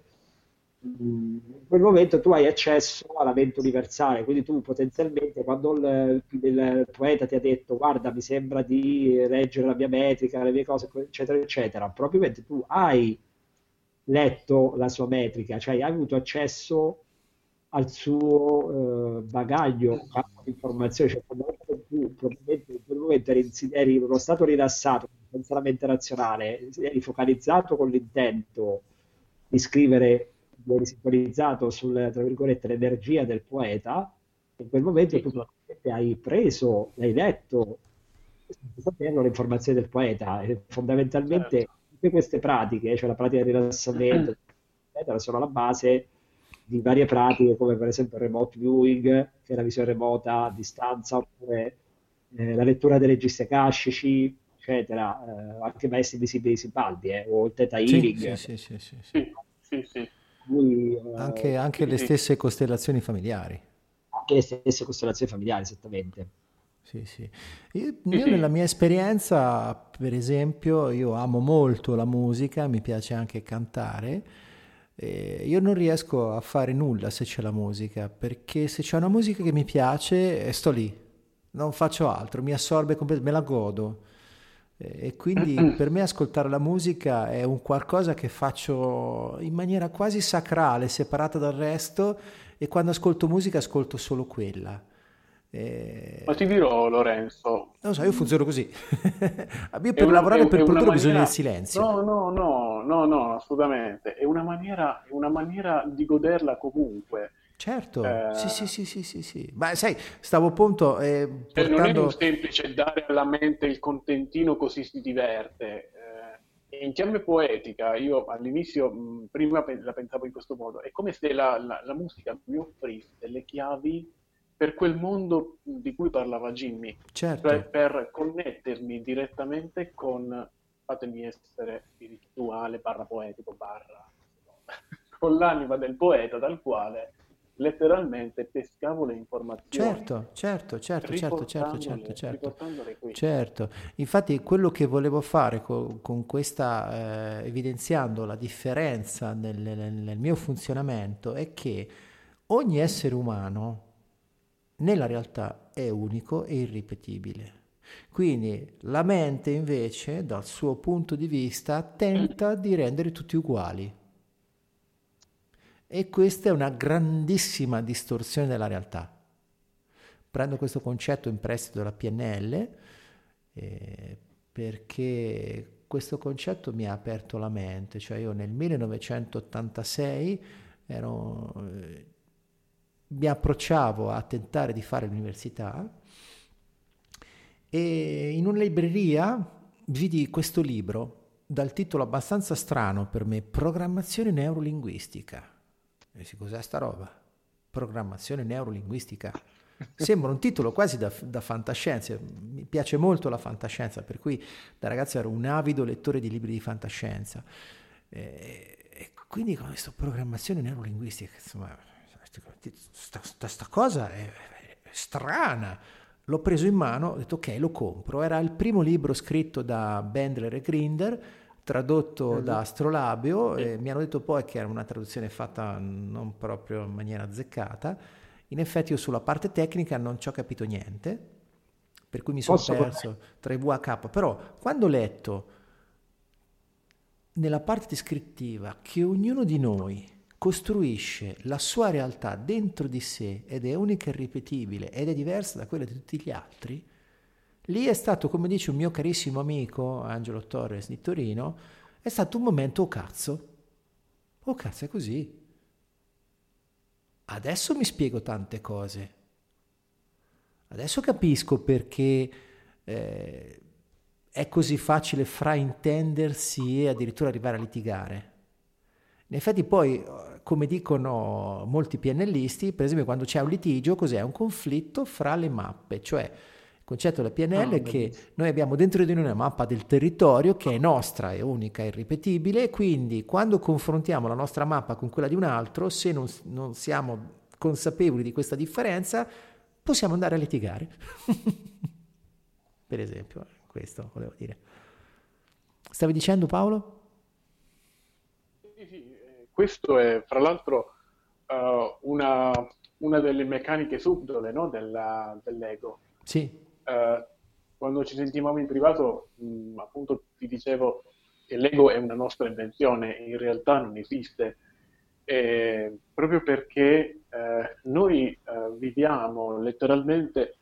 Speaker 3: in quel momento tu hai accesso alla mente universale, quindi tu potenzialmente quando il poeta ti ha detto guarda mi sembra di leggere la mia metrica, le mie cose, eccetera, eccetera, proprio mentre tu hai letto la sua metrica, cioè hai avuto accesso al suo bagaglio, campo di informazioni, cioè quando tu probabilmente in quel momento eri in uno stato rilassato, senza la mente razionale, eri focalizzato con l'intento di scrivere, eri sintonizzato sul, tra virgolette, l'energia del poeta, in quel momento tu probabilmente hai preso, hai letto, senza saperlo, le informazioni del poeta, e fondamentalmente tutte queste pratiche, cioè la pratica di rilassamento, eccetera, sono la base di varie pratiche come per esempio il remote viewing, che è la visione remota a distanza, oppure la lettura dei registri akashici, eccetera, anche maestri visibili Sibaldi, o il Theta
Speaker 1: Sì,
Speaker 3: Healing,
Speaker 1: sì, sì, sì, sì, sì.
Speaker 2: Sì.
Speaker 3: cui,
Speaker 1: Anche le stesse costellazioni familiari.
Speaker 3: anche le stesse costellazioni familiari, esattamente.
Speaker 1: Sì, sì. Io nella mia esperienza, per esempio, io amo molto la musica, mi piace anche cantare. E io non riesco a fare nulla se c'è la musica, perché se c'è una musica che mi piace, sto lì, non faccio altro, mi assorbe completamente, me la godo. E quindi per me ascoltare la musica è un qualcosa che faccio in maniera quasi sacrale, separata dal resto, e quando ascolto musica ascolto solo quella.
Speaker 2: Ma ti dirò, Lorenzo,
Speaker 1: Non lo so, io funziono così. Io
Speaker 2: è
Speaker 1: per lavorare e per
Speaker 2: una
Speaker 1: produrre ho bisogno del
Speaker 2: maniera...
Speaker 1: silenzio.
Speaker 2: No, assolutamente. È una maniera di goderla comunque.
Speaker 1: Certo, sì, sì,
Speaker 2: Eh,
Speaker 1: sì, sì, sì, sì. Ma sai, stavo appunto
Speaker 2: Cioè, non è un
Speaker 1: portando...
Speaker 2: semplice dare alla mente il contentino così si diverte. In chiave poetica, io all'inizio, prima la pensavo in questo modo, è come se la musica mi offrisse delle chiavi per quel mondo di cui parlava Jimmy, cioè
Speaker 1: Certo,
Speaker 2: per connettermi direttamente con, fatemi essere spirituale, barra poetico, barra, con l'anima del poeta, dal quale letteralmente pescavo le informazioni
Speaker 1: certo, certo, certo, certo, certo, certo, certo.
Speaker 2: riportandole qui.
Speaker 1: Certo, infatti quello che volevo fare con questa, evidenziando la differenza nel mio funzionamento è che ogni essere umano nella realtà è unico e irripetibile. Quindi la mente invece, dal suo punto di vista, tenta di rendere tutti uguali. E questa è una grandissima distorsione della realtà. Prendo questo concetto in prestito dalla PNL perché questo concetto mi ha aperto la mente. Cioè io nel 1986 mi approcciavo a tentare di fare l'università e in una libreria vidi questo libro dal titolo abbastanza strano per me, Programmazione neurolinguistica. E dici, cos'è sta roba? Programmazione neurolinguistica? Sembra un titolo quasi da fantascienza, mi piace molto la fantascienza, per cui da ragazzo ero un avido lettore di libri di fantascienza. E quindi con questa programmazione neurolinguistica, insomma, sta cosa è strana. L'ho preso in mano, ho detto ok, lo compro. Era il primo libro scritto da Bandler e Grinder, tradotto da Astrolabio, e mi hanno detto poi che era una traduzione fatta non proprio in maniera azzeccata. In effetti io sulla parte tecnica non ci ho capito niente, per cui mi sono perso tra i VH, però quando ho letto nella parte descrittiva che ognuno di noi costruisce la sua realtà dentro di sé ed è unica e irripetibile ed è diversa da quella di tutti gli altri, lì è stato, come dice un mio carissimo amico Angelo Torres di Torino, è stato un momento oh cazzo è così. Adesso mi spiego tante cose, adesso capisco perché è così facile fraintendersi e addirittura arrivare a litigare. In effetti poi, come dicono molti PNListi, per esempio quando c'è un litigio, cos'è? Un conflitto fra le mappe, cioè il concetto della PNL è che noi abbiamo dentro di noi una mappa del territorio che è nostra, è unica, è irripetibile, e quindi quando confrontiamo la nostra mappa con quella di un altro, se non siamo consapevoli di questa differenza, possiamo andare a litigare. Per esempio, questo volevo dire. Stavi dicendo, Paolo?
Speaker 2: Sì, questo è fra l'altro una delle meccaniche subdole, no, dell'ego.
Speaker 1: Sì.
Speaker 2: Quando ci sentivamo in privato, appunto ti dicevo che l'ego è una nostra invenzione, in realtà non esiste, proprio perché noi viviamo letteralmente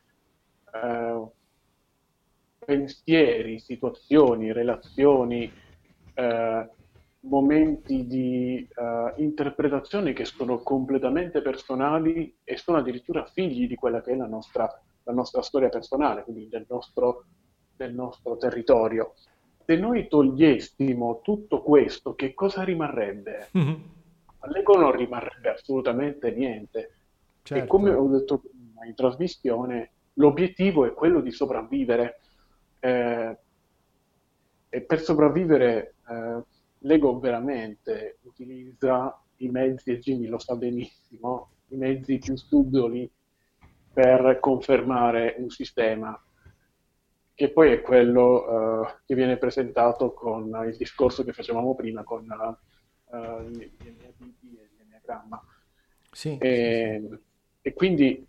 Speaker 2: pensieri, situazioni, relazioni, eh, momenti di interpretazione che sono completamente personali e sono addirittura figli di quella che è la nostra storia personale, quindi del nostro territorio. Se noi togliessimo tutto questo, che cosa rimarrebbe? All'ego non rimarrebbe assolutamente niente. E come
Speaker 1: Certo.
Speaker 2: ho detto prima in trasmissione, l'obiettivo è quello di sopravvivere. Eh, e per sopravvivere, l'ego veramente utilizza i mezzi, e Jimmy lo sa benissimo, i mezzi più subdoli per confermare un sistema, che poi è quello che viene presentato con il discorso che facevamo prima con gli NLP e l'enneagramma.
Speaker 1: Sì, sì, sì.
Speaker 2: E quindi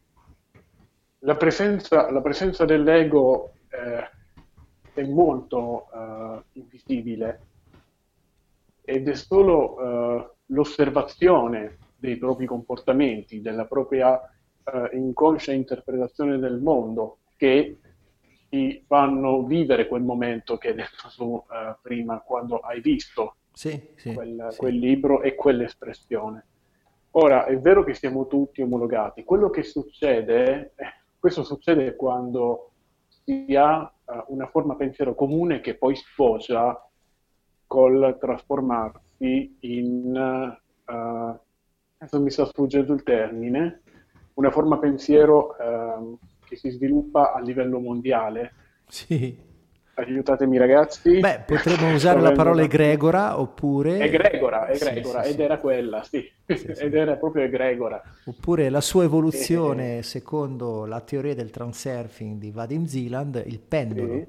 Speaker 2: la presenza dell'ego è molto invisibile ed è solo l'osservazione dei propri comportamenti, della propria inconscia interpretazione del mondo che ti fanno vivere quel momento che hai detto tu prima, quando hai visto
Speaker 1: Sì, sì, sì.
Speaker 2: quel libro e quell'espressione. Ora, è vero che siamo tutti omologati, quello che succede, questo succede quando si ha una forma pensiero comune che poi sfocia col trasformarsi in, adesso mi sta sfuggendo il termine, una forma pensiero che si sviluppa a livello mondiale.
Speaker 1: Sì.
Speaker 2: Aiutatemi ragazzi.
Speaker 1: Beh, potremmo
Speaker 2: Sto
Speaker 1: usare la
Speaker 2: avendo un
Speaker 1: parola
Speaker 2: attimo.
Speaker 1: egregora oppure... Sì, sì,
Speaker 2: Ed
Speaker 1: sì.
Speaker 2: era quella, sì,
Speaker 1: Sì,
Speaker 2: ed
Speaker 1: sì.
Speaker 2: era proprio egregora.
Speaker 1: Oppure la sua
Speaker 2: E,
Speaker 1: evoluzione secondo la teoria del transurfing di Vadim Zeeland, il pendolo.
Speaker 2: sì,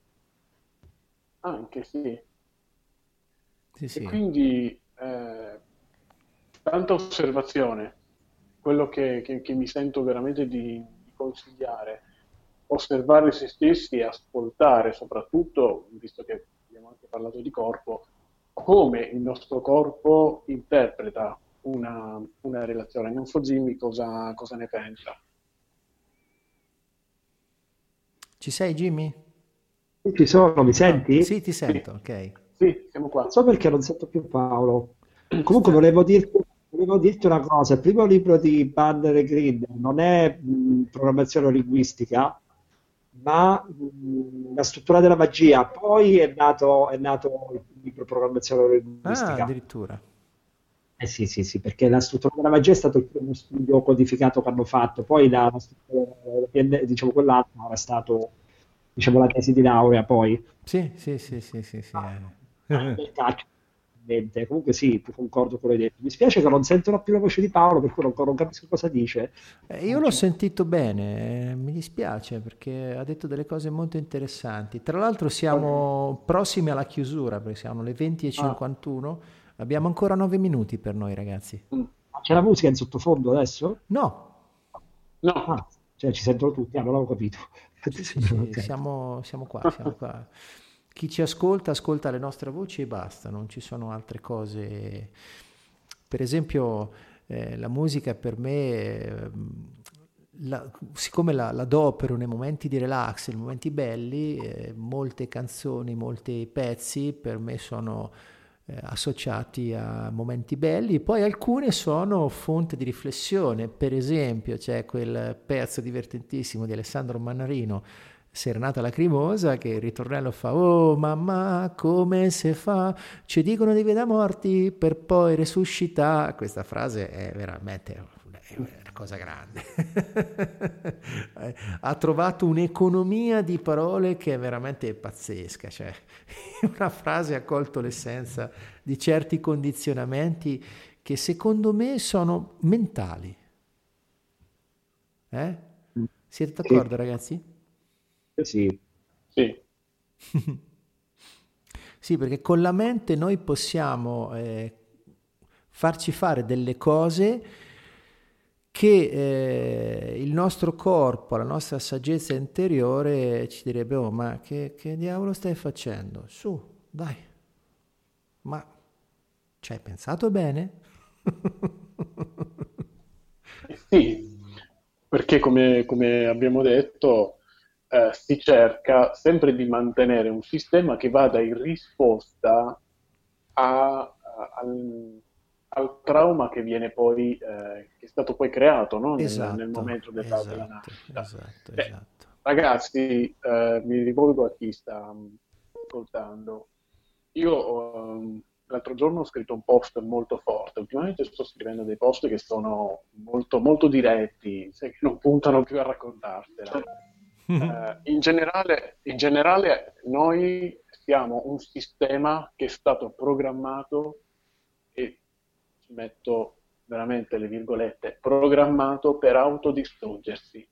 Speaker 2: anche sì.
Speaker 1: Sì,
Speaker 2: E
Speaker 1: sì.
Speaker 2: quindi tanta osservazione. quello che mi sento veramente di consigliare, osservare se stessi e ascoltare, soprattutto, visto che abbiamo anche parlato di corpo, come il nostro corpo interpreta una relazione. Non so Jimmy cosa ne pensa.
Speaker 1: Ci sei, Jimmy?
Speaker 3: Ci sono, mi senti?
Speaker 1: Sì, ti
Speaker 2: Sì,
Speaker 1: sento, ok.
Speaker 2: sì, siamo qua.
Speaker 3: Non so perché non sento più Paolo. Comunque volevo dirti una cosa, il primo libro di Banner e Green non è programmazione linguistica, ma la struttura della magia. Poi è nato il libro programmazione
Speaker 1: Ah,
Speaker 3: linguistica.
Speaker 1: addirittura.
Speaker 3: Eh sì, sì, sì, perché la struttura della magia è stato il primo studio codificato che hanno fatto, poi la struttura, diciamo, quell'altro era stato, diciamo, la tesi di laurea poi.
Speaker 1: Sì, sì, sì, sì, sì, sì.
Speaker 3: Del calcio, ovviamente. Comunque sì, concordo con quello che hai detto. Mi spiace che non sentono più la voce di Paolo, per cui non capisco cosa dice.
Speaker 1: Io l'ho sentito bene, mi dispiace perché ha detto delle cose molto interessanti. Tra l'altro siamo prossimi alla chiusura perché siamo le
Speaker 3: Ah,
Speaker 1: 20:51. Abbiamo ancora 9 minuti per noi, ragazzi.
Speaker 3: c'è la musica in sottofondo adesso?
Speaker 1: No,
Speaker 2: No,
Speaker 3: Ah, cioè ci sentono tutti, non l'avevo capito.
Speaker 1: sì, sì, sì,
Speaker 3: Ok.
Speaker 1: siamo qua, siamo qua. Chi ci ascolta, ascolta le nostre voci e basta, non ci sono altre cose. Per esempio, la musica per me, siccome la adopero nei momenti di relax, nei momenti belli, molte canzoni, molti pezzi per me sono associati a momenti belli, poi alcune sono fonte di riflessione. Per esempio c'è quel pezzo divertentissimo di Alessandro Mannarino, Serenata lacrimosa, che il ritornello fa: oh mamma, come se fa, ci dicono di vita morti per poi resuscitare. Questa frase è veramente una cosa grande. Ha trovato un'economia di parole che è veramente pazzesca, cioè una frase ha colto l'essenza di certi condizionamenti che secondo me sono mentali. Siete
Speaker 3: Sì,
Speaker 1: d'accordo, ragazzi?
Speaker 3: sì.
Speaker 2: sì,
Speaker 1: Sì, perché con la mente noi possiamo farci fare delle cose che il nostro corpo, la nostra saggezza interiore ci direbbe: oh, ma che diavolo stai facendo? Su, dai, ma ci hai pensato bene?
Speaker 2: sì, perché come abbiamo detto, si cerca sempre di mantenere un sistema che vada in risposta al trauma che viene poi, che è stato poi creato, no? Nel
Speaker 1: Esatto,
Speaker 2: momento della
Speaker 1: esatto,
Speaker 2: nascita.
Speaker 1: esatto,
Speaker 2: Beh,
Speaker 1: esatto.
Speaker 2: ragazzi, mi rivolgo a chi sta ascoltando. Io l'altro giorno ho scritto un post molto forte, ultimamente sto scrivendo dei post che sono molto, molto diretti, sai, che non puntano più a raccontarsela. In generale noi siamo un sistema che è stato programmato, e ci metto veramente le virgolette, programmato per autodistruggersi.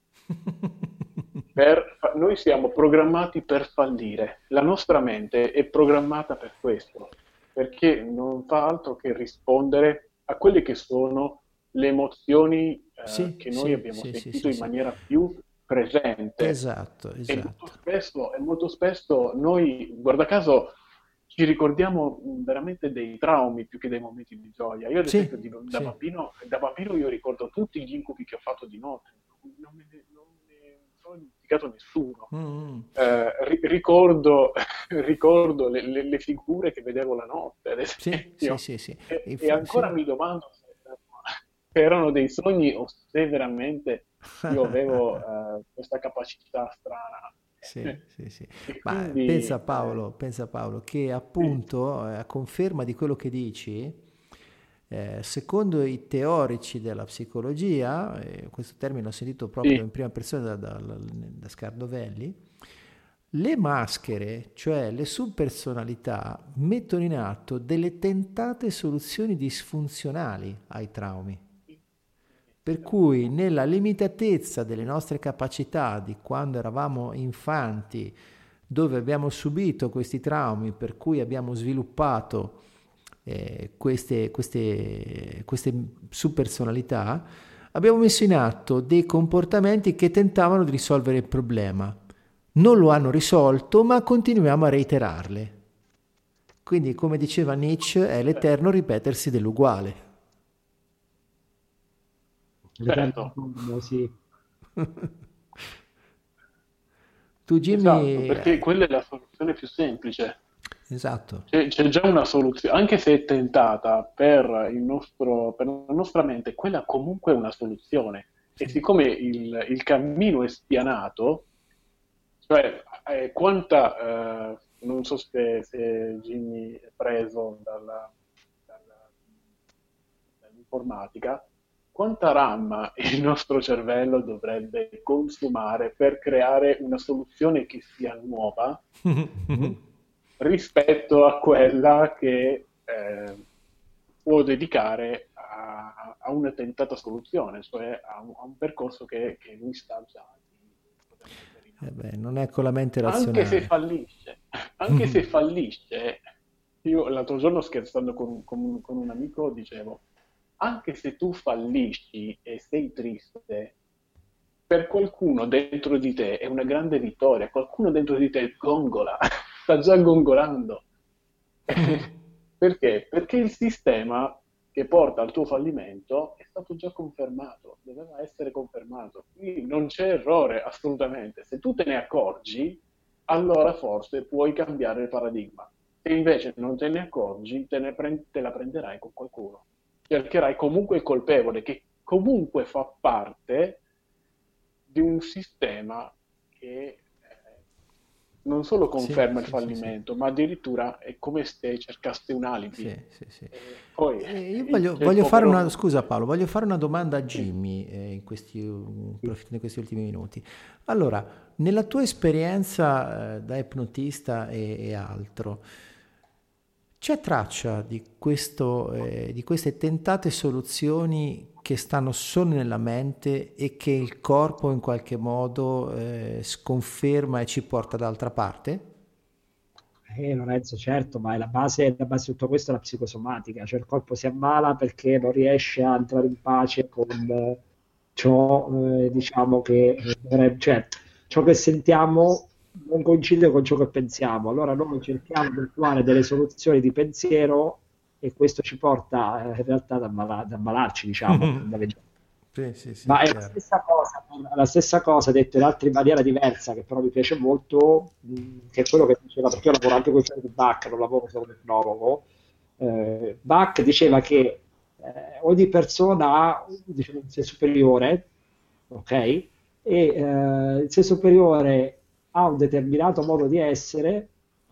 Speaker 2: Noi siamo programmati per fallire, la nostra mente è programmata per questo, perché non fa altro che rispondere a quelle che sono le emozioni
Speaker 1: Sì,
Speaker 2: che noi
Speaker 1: sì,
Speaker 2: abbiamo
Speaker 1: sì, sì,
Speaker 2: sentito
Speaker 1: sì,
Speaker 2: in
Speaker 1: sì.
Speaker 2: maniera più presente.
Speaker 1: Esatto, esatto.
Speaker 2: E molto spesso noi, guarda caso, ci ricordiamo veramente dei traumi più che dei momenti di gioia. Io, ad
Speaker 1: Sì,
Speaker 2: esempio,
Speaker 1: sì.
Speaker 2: da bambino io ricordo tutti gli incubi che ho fatto di notte, non ne sono dimenticato nessuno.
Speaker 1: Mm.
Speaker 2: Ricordo, ricordo le figure che vedevo la notte, ad
Speaker 1: Sì, sì,
Speaker 2: esempio,
Speaker 1: sì, sì.
Speaker 2: e ancora
Speaker 1: Sì.
Speaker 2: mi domando se erano dei sogni o se veramente io avevo questa capacità strana.
Speaker 1: Sì, sì, sì.
Speaker 2: E
Speaker 1: Ma
Speaker 2: quindi,
Speaker 1: pensa Paolo, che
Speaker 2: sì,
Speaker 1: appunto a conferma di quello che dici, secondo i teorici della psicologia, questo termine l'ho sentito proprio
Speaker 2: sì,
Speaker 1: in prima persona da Scardovelli, le maschere, cioè le subpersonalità, mettono in atto delle tentate soluzioni disfunzionali ai traumi.
Speaker 2: sì,
Speaker 1: Per cui nella limitatezza delle nostre capacità di quando eravamo infanti, dove abbiamo subito questi traumi, per cui abbiamo sviluppato queste subpersonalità, abbiamo messo in atto dei comportamenti che tentavano di risolvere il problema. Non lo hanno risolto, ma continuiamo a reiterarle. Quindi, come diceva Nietzsche, è l'eterno ripetersi dell'uguale.
Speaker 2: Certo.
Speaker 3: Sì.
Speaker 1: Tu, Jimmy...
Speaker 2: Esatto, perché quella è la soluzione più semplice.
Speaker 1: Esatto.
Speaker 2: C'è già una soluzione, anche se è tentata per per la nostra mente, quella comunque è una soluzione. E siccome il cammino è spianato, cioè non so se Jimmy è preso dall'informatica, quanta RAM il nostro cervello dovrebbe consumare per creare una soluzione che sia nuova rispetto a quella che può dedicare a una tentata soluzione, cioè a un percorso che lui sta già di poter mettere in atto.
Speaker 1: Non è con la mente
Speaker 2: Anche se
Speaker 1: razionale.
Speaker 2: fallisce, anche se fallisce, io l'altro giorno scherzando con un amico dicevo, anche se tu fallisci e sei triste, per qualcuno dentro di te è una grande vittoria, qualcuno dentro di te gongola, sta già gongolando. Perché? Perché il sistema che porta al tuo fallimento è stato già confermato, doveva essere confermato. Quindi non c'è errore assolutamente. Se tu te ne accorgi, allora forse puoi cambiare il paradigma. Se invece non te ne accorgi, te la prenderai con qualcuno. Cercherai comunque il colpevole, che comunque fa parte di un sistema che non solo
Speaker 1: Sì,
Speaker 2: conferma il
Speaker 1: sì, sì, sì.
Speaker 2: fallimento, ma addirittura è come se cercasse un alibi.
Speaker 1: Sì, sì, sì.
Speaker 2: E poi
Speaker 1: Io
Speaker 2: c'è il
Speaker 1: voglio fare
Speaker 2: povero...
Speaker 1: scusa Paolo, voglio fare una domanda a
Speaker 2: Sì,
Speaker 1: Jimmy approfittando di questi ultimi minuti. Allora, nella tua esperienza da ipnotista e altro, c'è traccia di queste tentate soluzioni che stanno solo nella mente e che il corpo in qualche modo sconferma e ci porta d'altra parte?
Speaker 3: Lorenzo, certo, ma è la base di tutto questo è la psicosomatica, cioè il corpo si ammala perché non riesce a entrare in pace con ciò, diciamo che cioè, ciò che sentiamo non coincide con ciò che pensiamo. Allora noi cerchiamo di trovare delle soluzioni di pensiero e questo ci porta in realtà ad ammalarci, diciamo, fondamentalmente.
Speaker 1: Sì, sì, sì,
Speaker 3: Ma è
Speaker 1: chiaro.
Speaker 3: la stessa cosa detto in altra maniera diversa, che però mi piace molto, che è quello che diceva, perché io lavoro anche con i fiori di Bach, non lavoro solo come etnologo. Bach diceva che ogni persona ha diciamo, un sé superiore, ok? E il sé superiore ha un determinato modo di essere,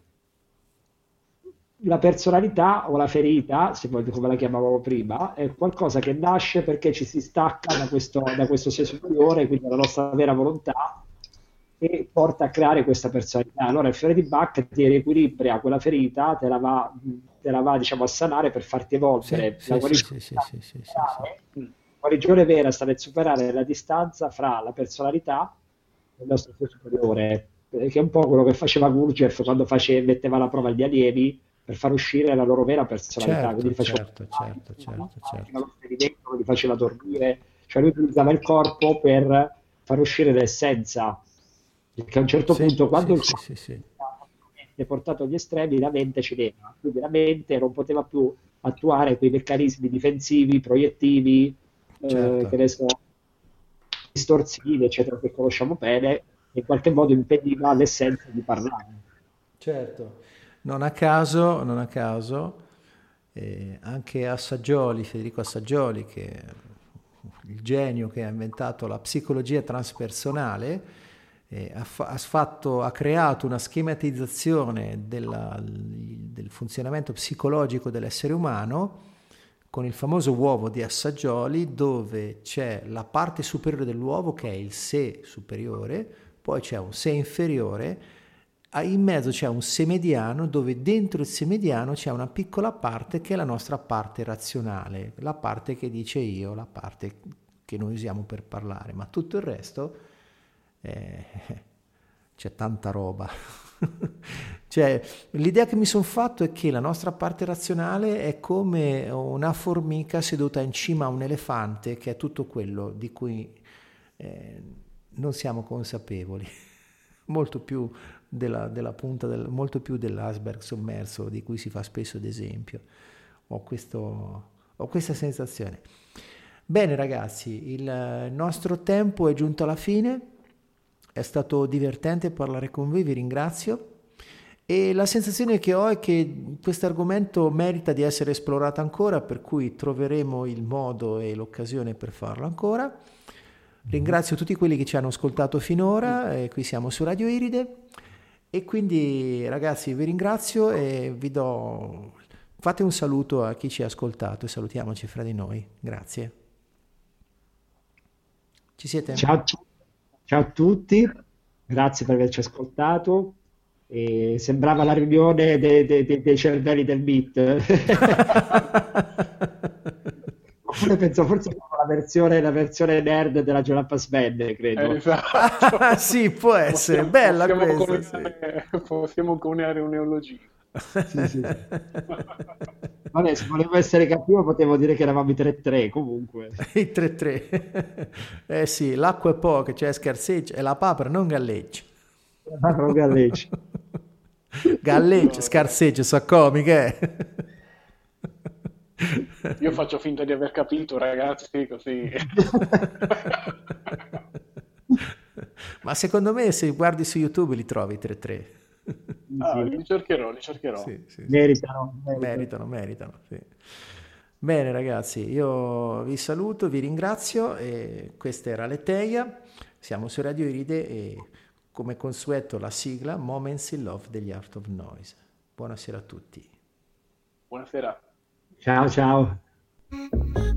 Speaker 3: la personalità o la ferita, se voglio come la chiamavamo prima, è qualcosa che nasce perché ci si stacca da questo sé superiore, quindi dalla nostra vera volontà, e porta a creare questa personalità. Allora il fiore di Bach ti riequilibra quella ferita, te la va diciamo, a sanare per farti
Speaker 1: Sì,
Speaker 3: evolvere.
Speaker 1: sì, sì, sì, sì, sì, sì, sì, sì.
Speaker 3: La guarigione vera sta nel superare la distanza fra la personalità e il nostro sé superiore, che è un po' quello che faceva Gurdjieff quando metteva alla prova gli allievi per far uscire la loro vera personalità, quindi
Speaker 1: Certo,
Speaker 3: li faceva
Speaker 1: certo, certo, certo, certo.
Speaker 3: lo sterimento, li faceva dormire, cioè lui utilizzava il corpo per far uscire l'essenza, perché a un certo
Speaker 1: Sì,
Speaker 3: punto quando
Speaker 1: sì,
Speaker 3: il
Speaker 1: sì,
Speaker 3: corpo
Speaker 1: sì, sì.
Speaker 3: è portato agli estremi, la mente cedeva, quindi la mente non poteva più attuare quei meccanismi difensivi, proiettivi, che
Speaker 1: Certo.
Speaker 3: ne so, distorsivi, eccetera, che conosciamo bene, e in qualche modo impediva all'essenza di parlare.
Speaker 1: Certo, non a caso, anche Assaggioli, Federico Assaggioli, che è il genio che ha inventato la psicologia transpersonale, ha creato una schematizzazione del funzionamento psicologico dell'essere umano con il famoso uovo di Assaggioli, dove c'è la parte superiore dell'uovo che è il sé superiore, poi c'è un sé inferiore, in mezzo c'è un sé mediano dove dentro il sé mediano c'è una piccola parte che è la nostra parte razionale, la parte che dice io, la parte che noi usiamo per parlare, ma tutto il resto eh, c'è tanta roba. Cioè, l'idea che mi sono fatto è che la nostra parte razionale è come una formica seduta in cima a un elefante, che è tutto quello di cui non siamo consapevoli, molto più della punta, molto più dell'iceberg sommerso di cui si fa spesso d'esempio. Ho questa sensazione. Bene ragazzi, il nostro tempo è giunto alla fine, è stato divertente parlare con voi, vi ringrazio. E la sensazione che ho è che questo argomento merita di essere esplorato ancora, per cui troveremo il modo e l'occasione per farlo ancora. Ringrazio tutti quelli che ci hanno ascoltato finora, e qui siamo su Radio Iride, e quindi ragazzi vi ringrazio e fate un saluto a chi ci ha ascoltato e salutiamoci fra di noi. Grazie. Ci siete?
Speaker 3: Ciao, ciao a tutti, grazie per averci ascoltato. E sembrava la riunione dei cervelli del MIT. Oppure penso forse la versione nerd della Giolappa Sven, credo.
Speaker 2: Esatto.
Speaker 1: Sì, può essere, bella questa.
Speaker 2: Possiamo coniare un neologismo.
Speaker 3: Sì. Vabbè, se volevo essere cattivo potevo dire che eravamo i 3-3, comunque.
Speaker 1: I 3-3. Eh sì, l'acqua è poca, cioè scarseggia, e la papera non galleggia.
Speaker 3: Galleggia.
Speaker 1: Galleggia, scarseggia, so comiche.
Speaker 2: Io faccio finta di aver capito, ragazzi, così.
Speaker 1: Ma secondo me se guardi su YouTube li trovi i 3-3.
Speaker 2: Li cercherò.
Speaker 1: Sì.
Speaker 3: Meritano.
Speaker 1: Sì. Bene ragazzi, io vi saluto, vi ringrazio, e questa era Letteia, siamo su Radio Iride e come consueto la sigla Moments in Love degli Art of Noise. Buonasera a tutti.
Speaker 2: Buonasera.
Speaker 3: Ciao.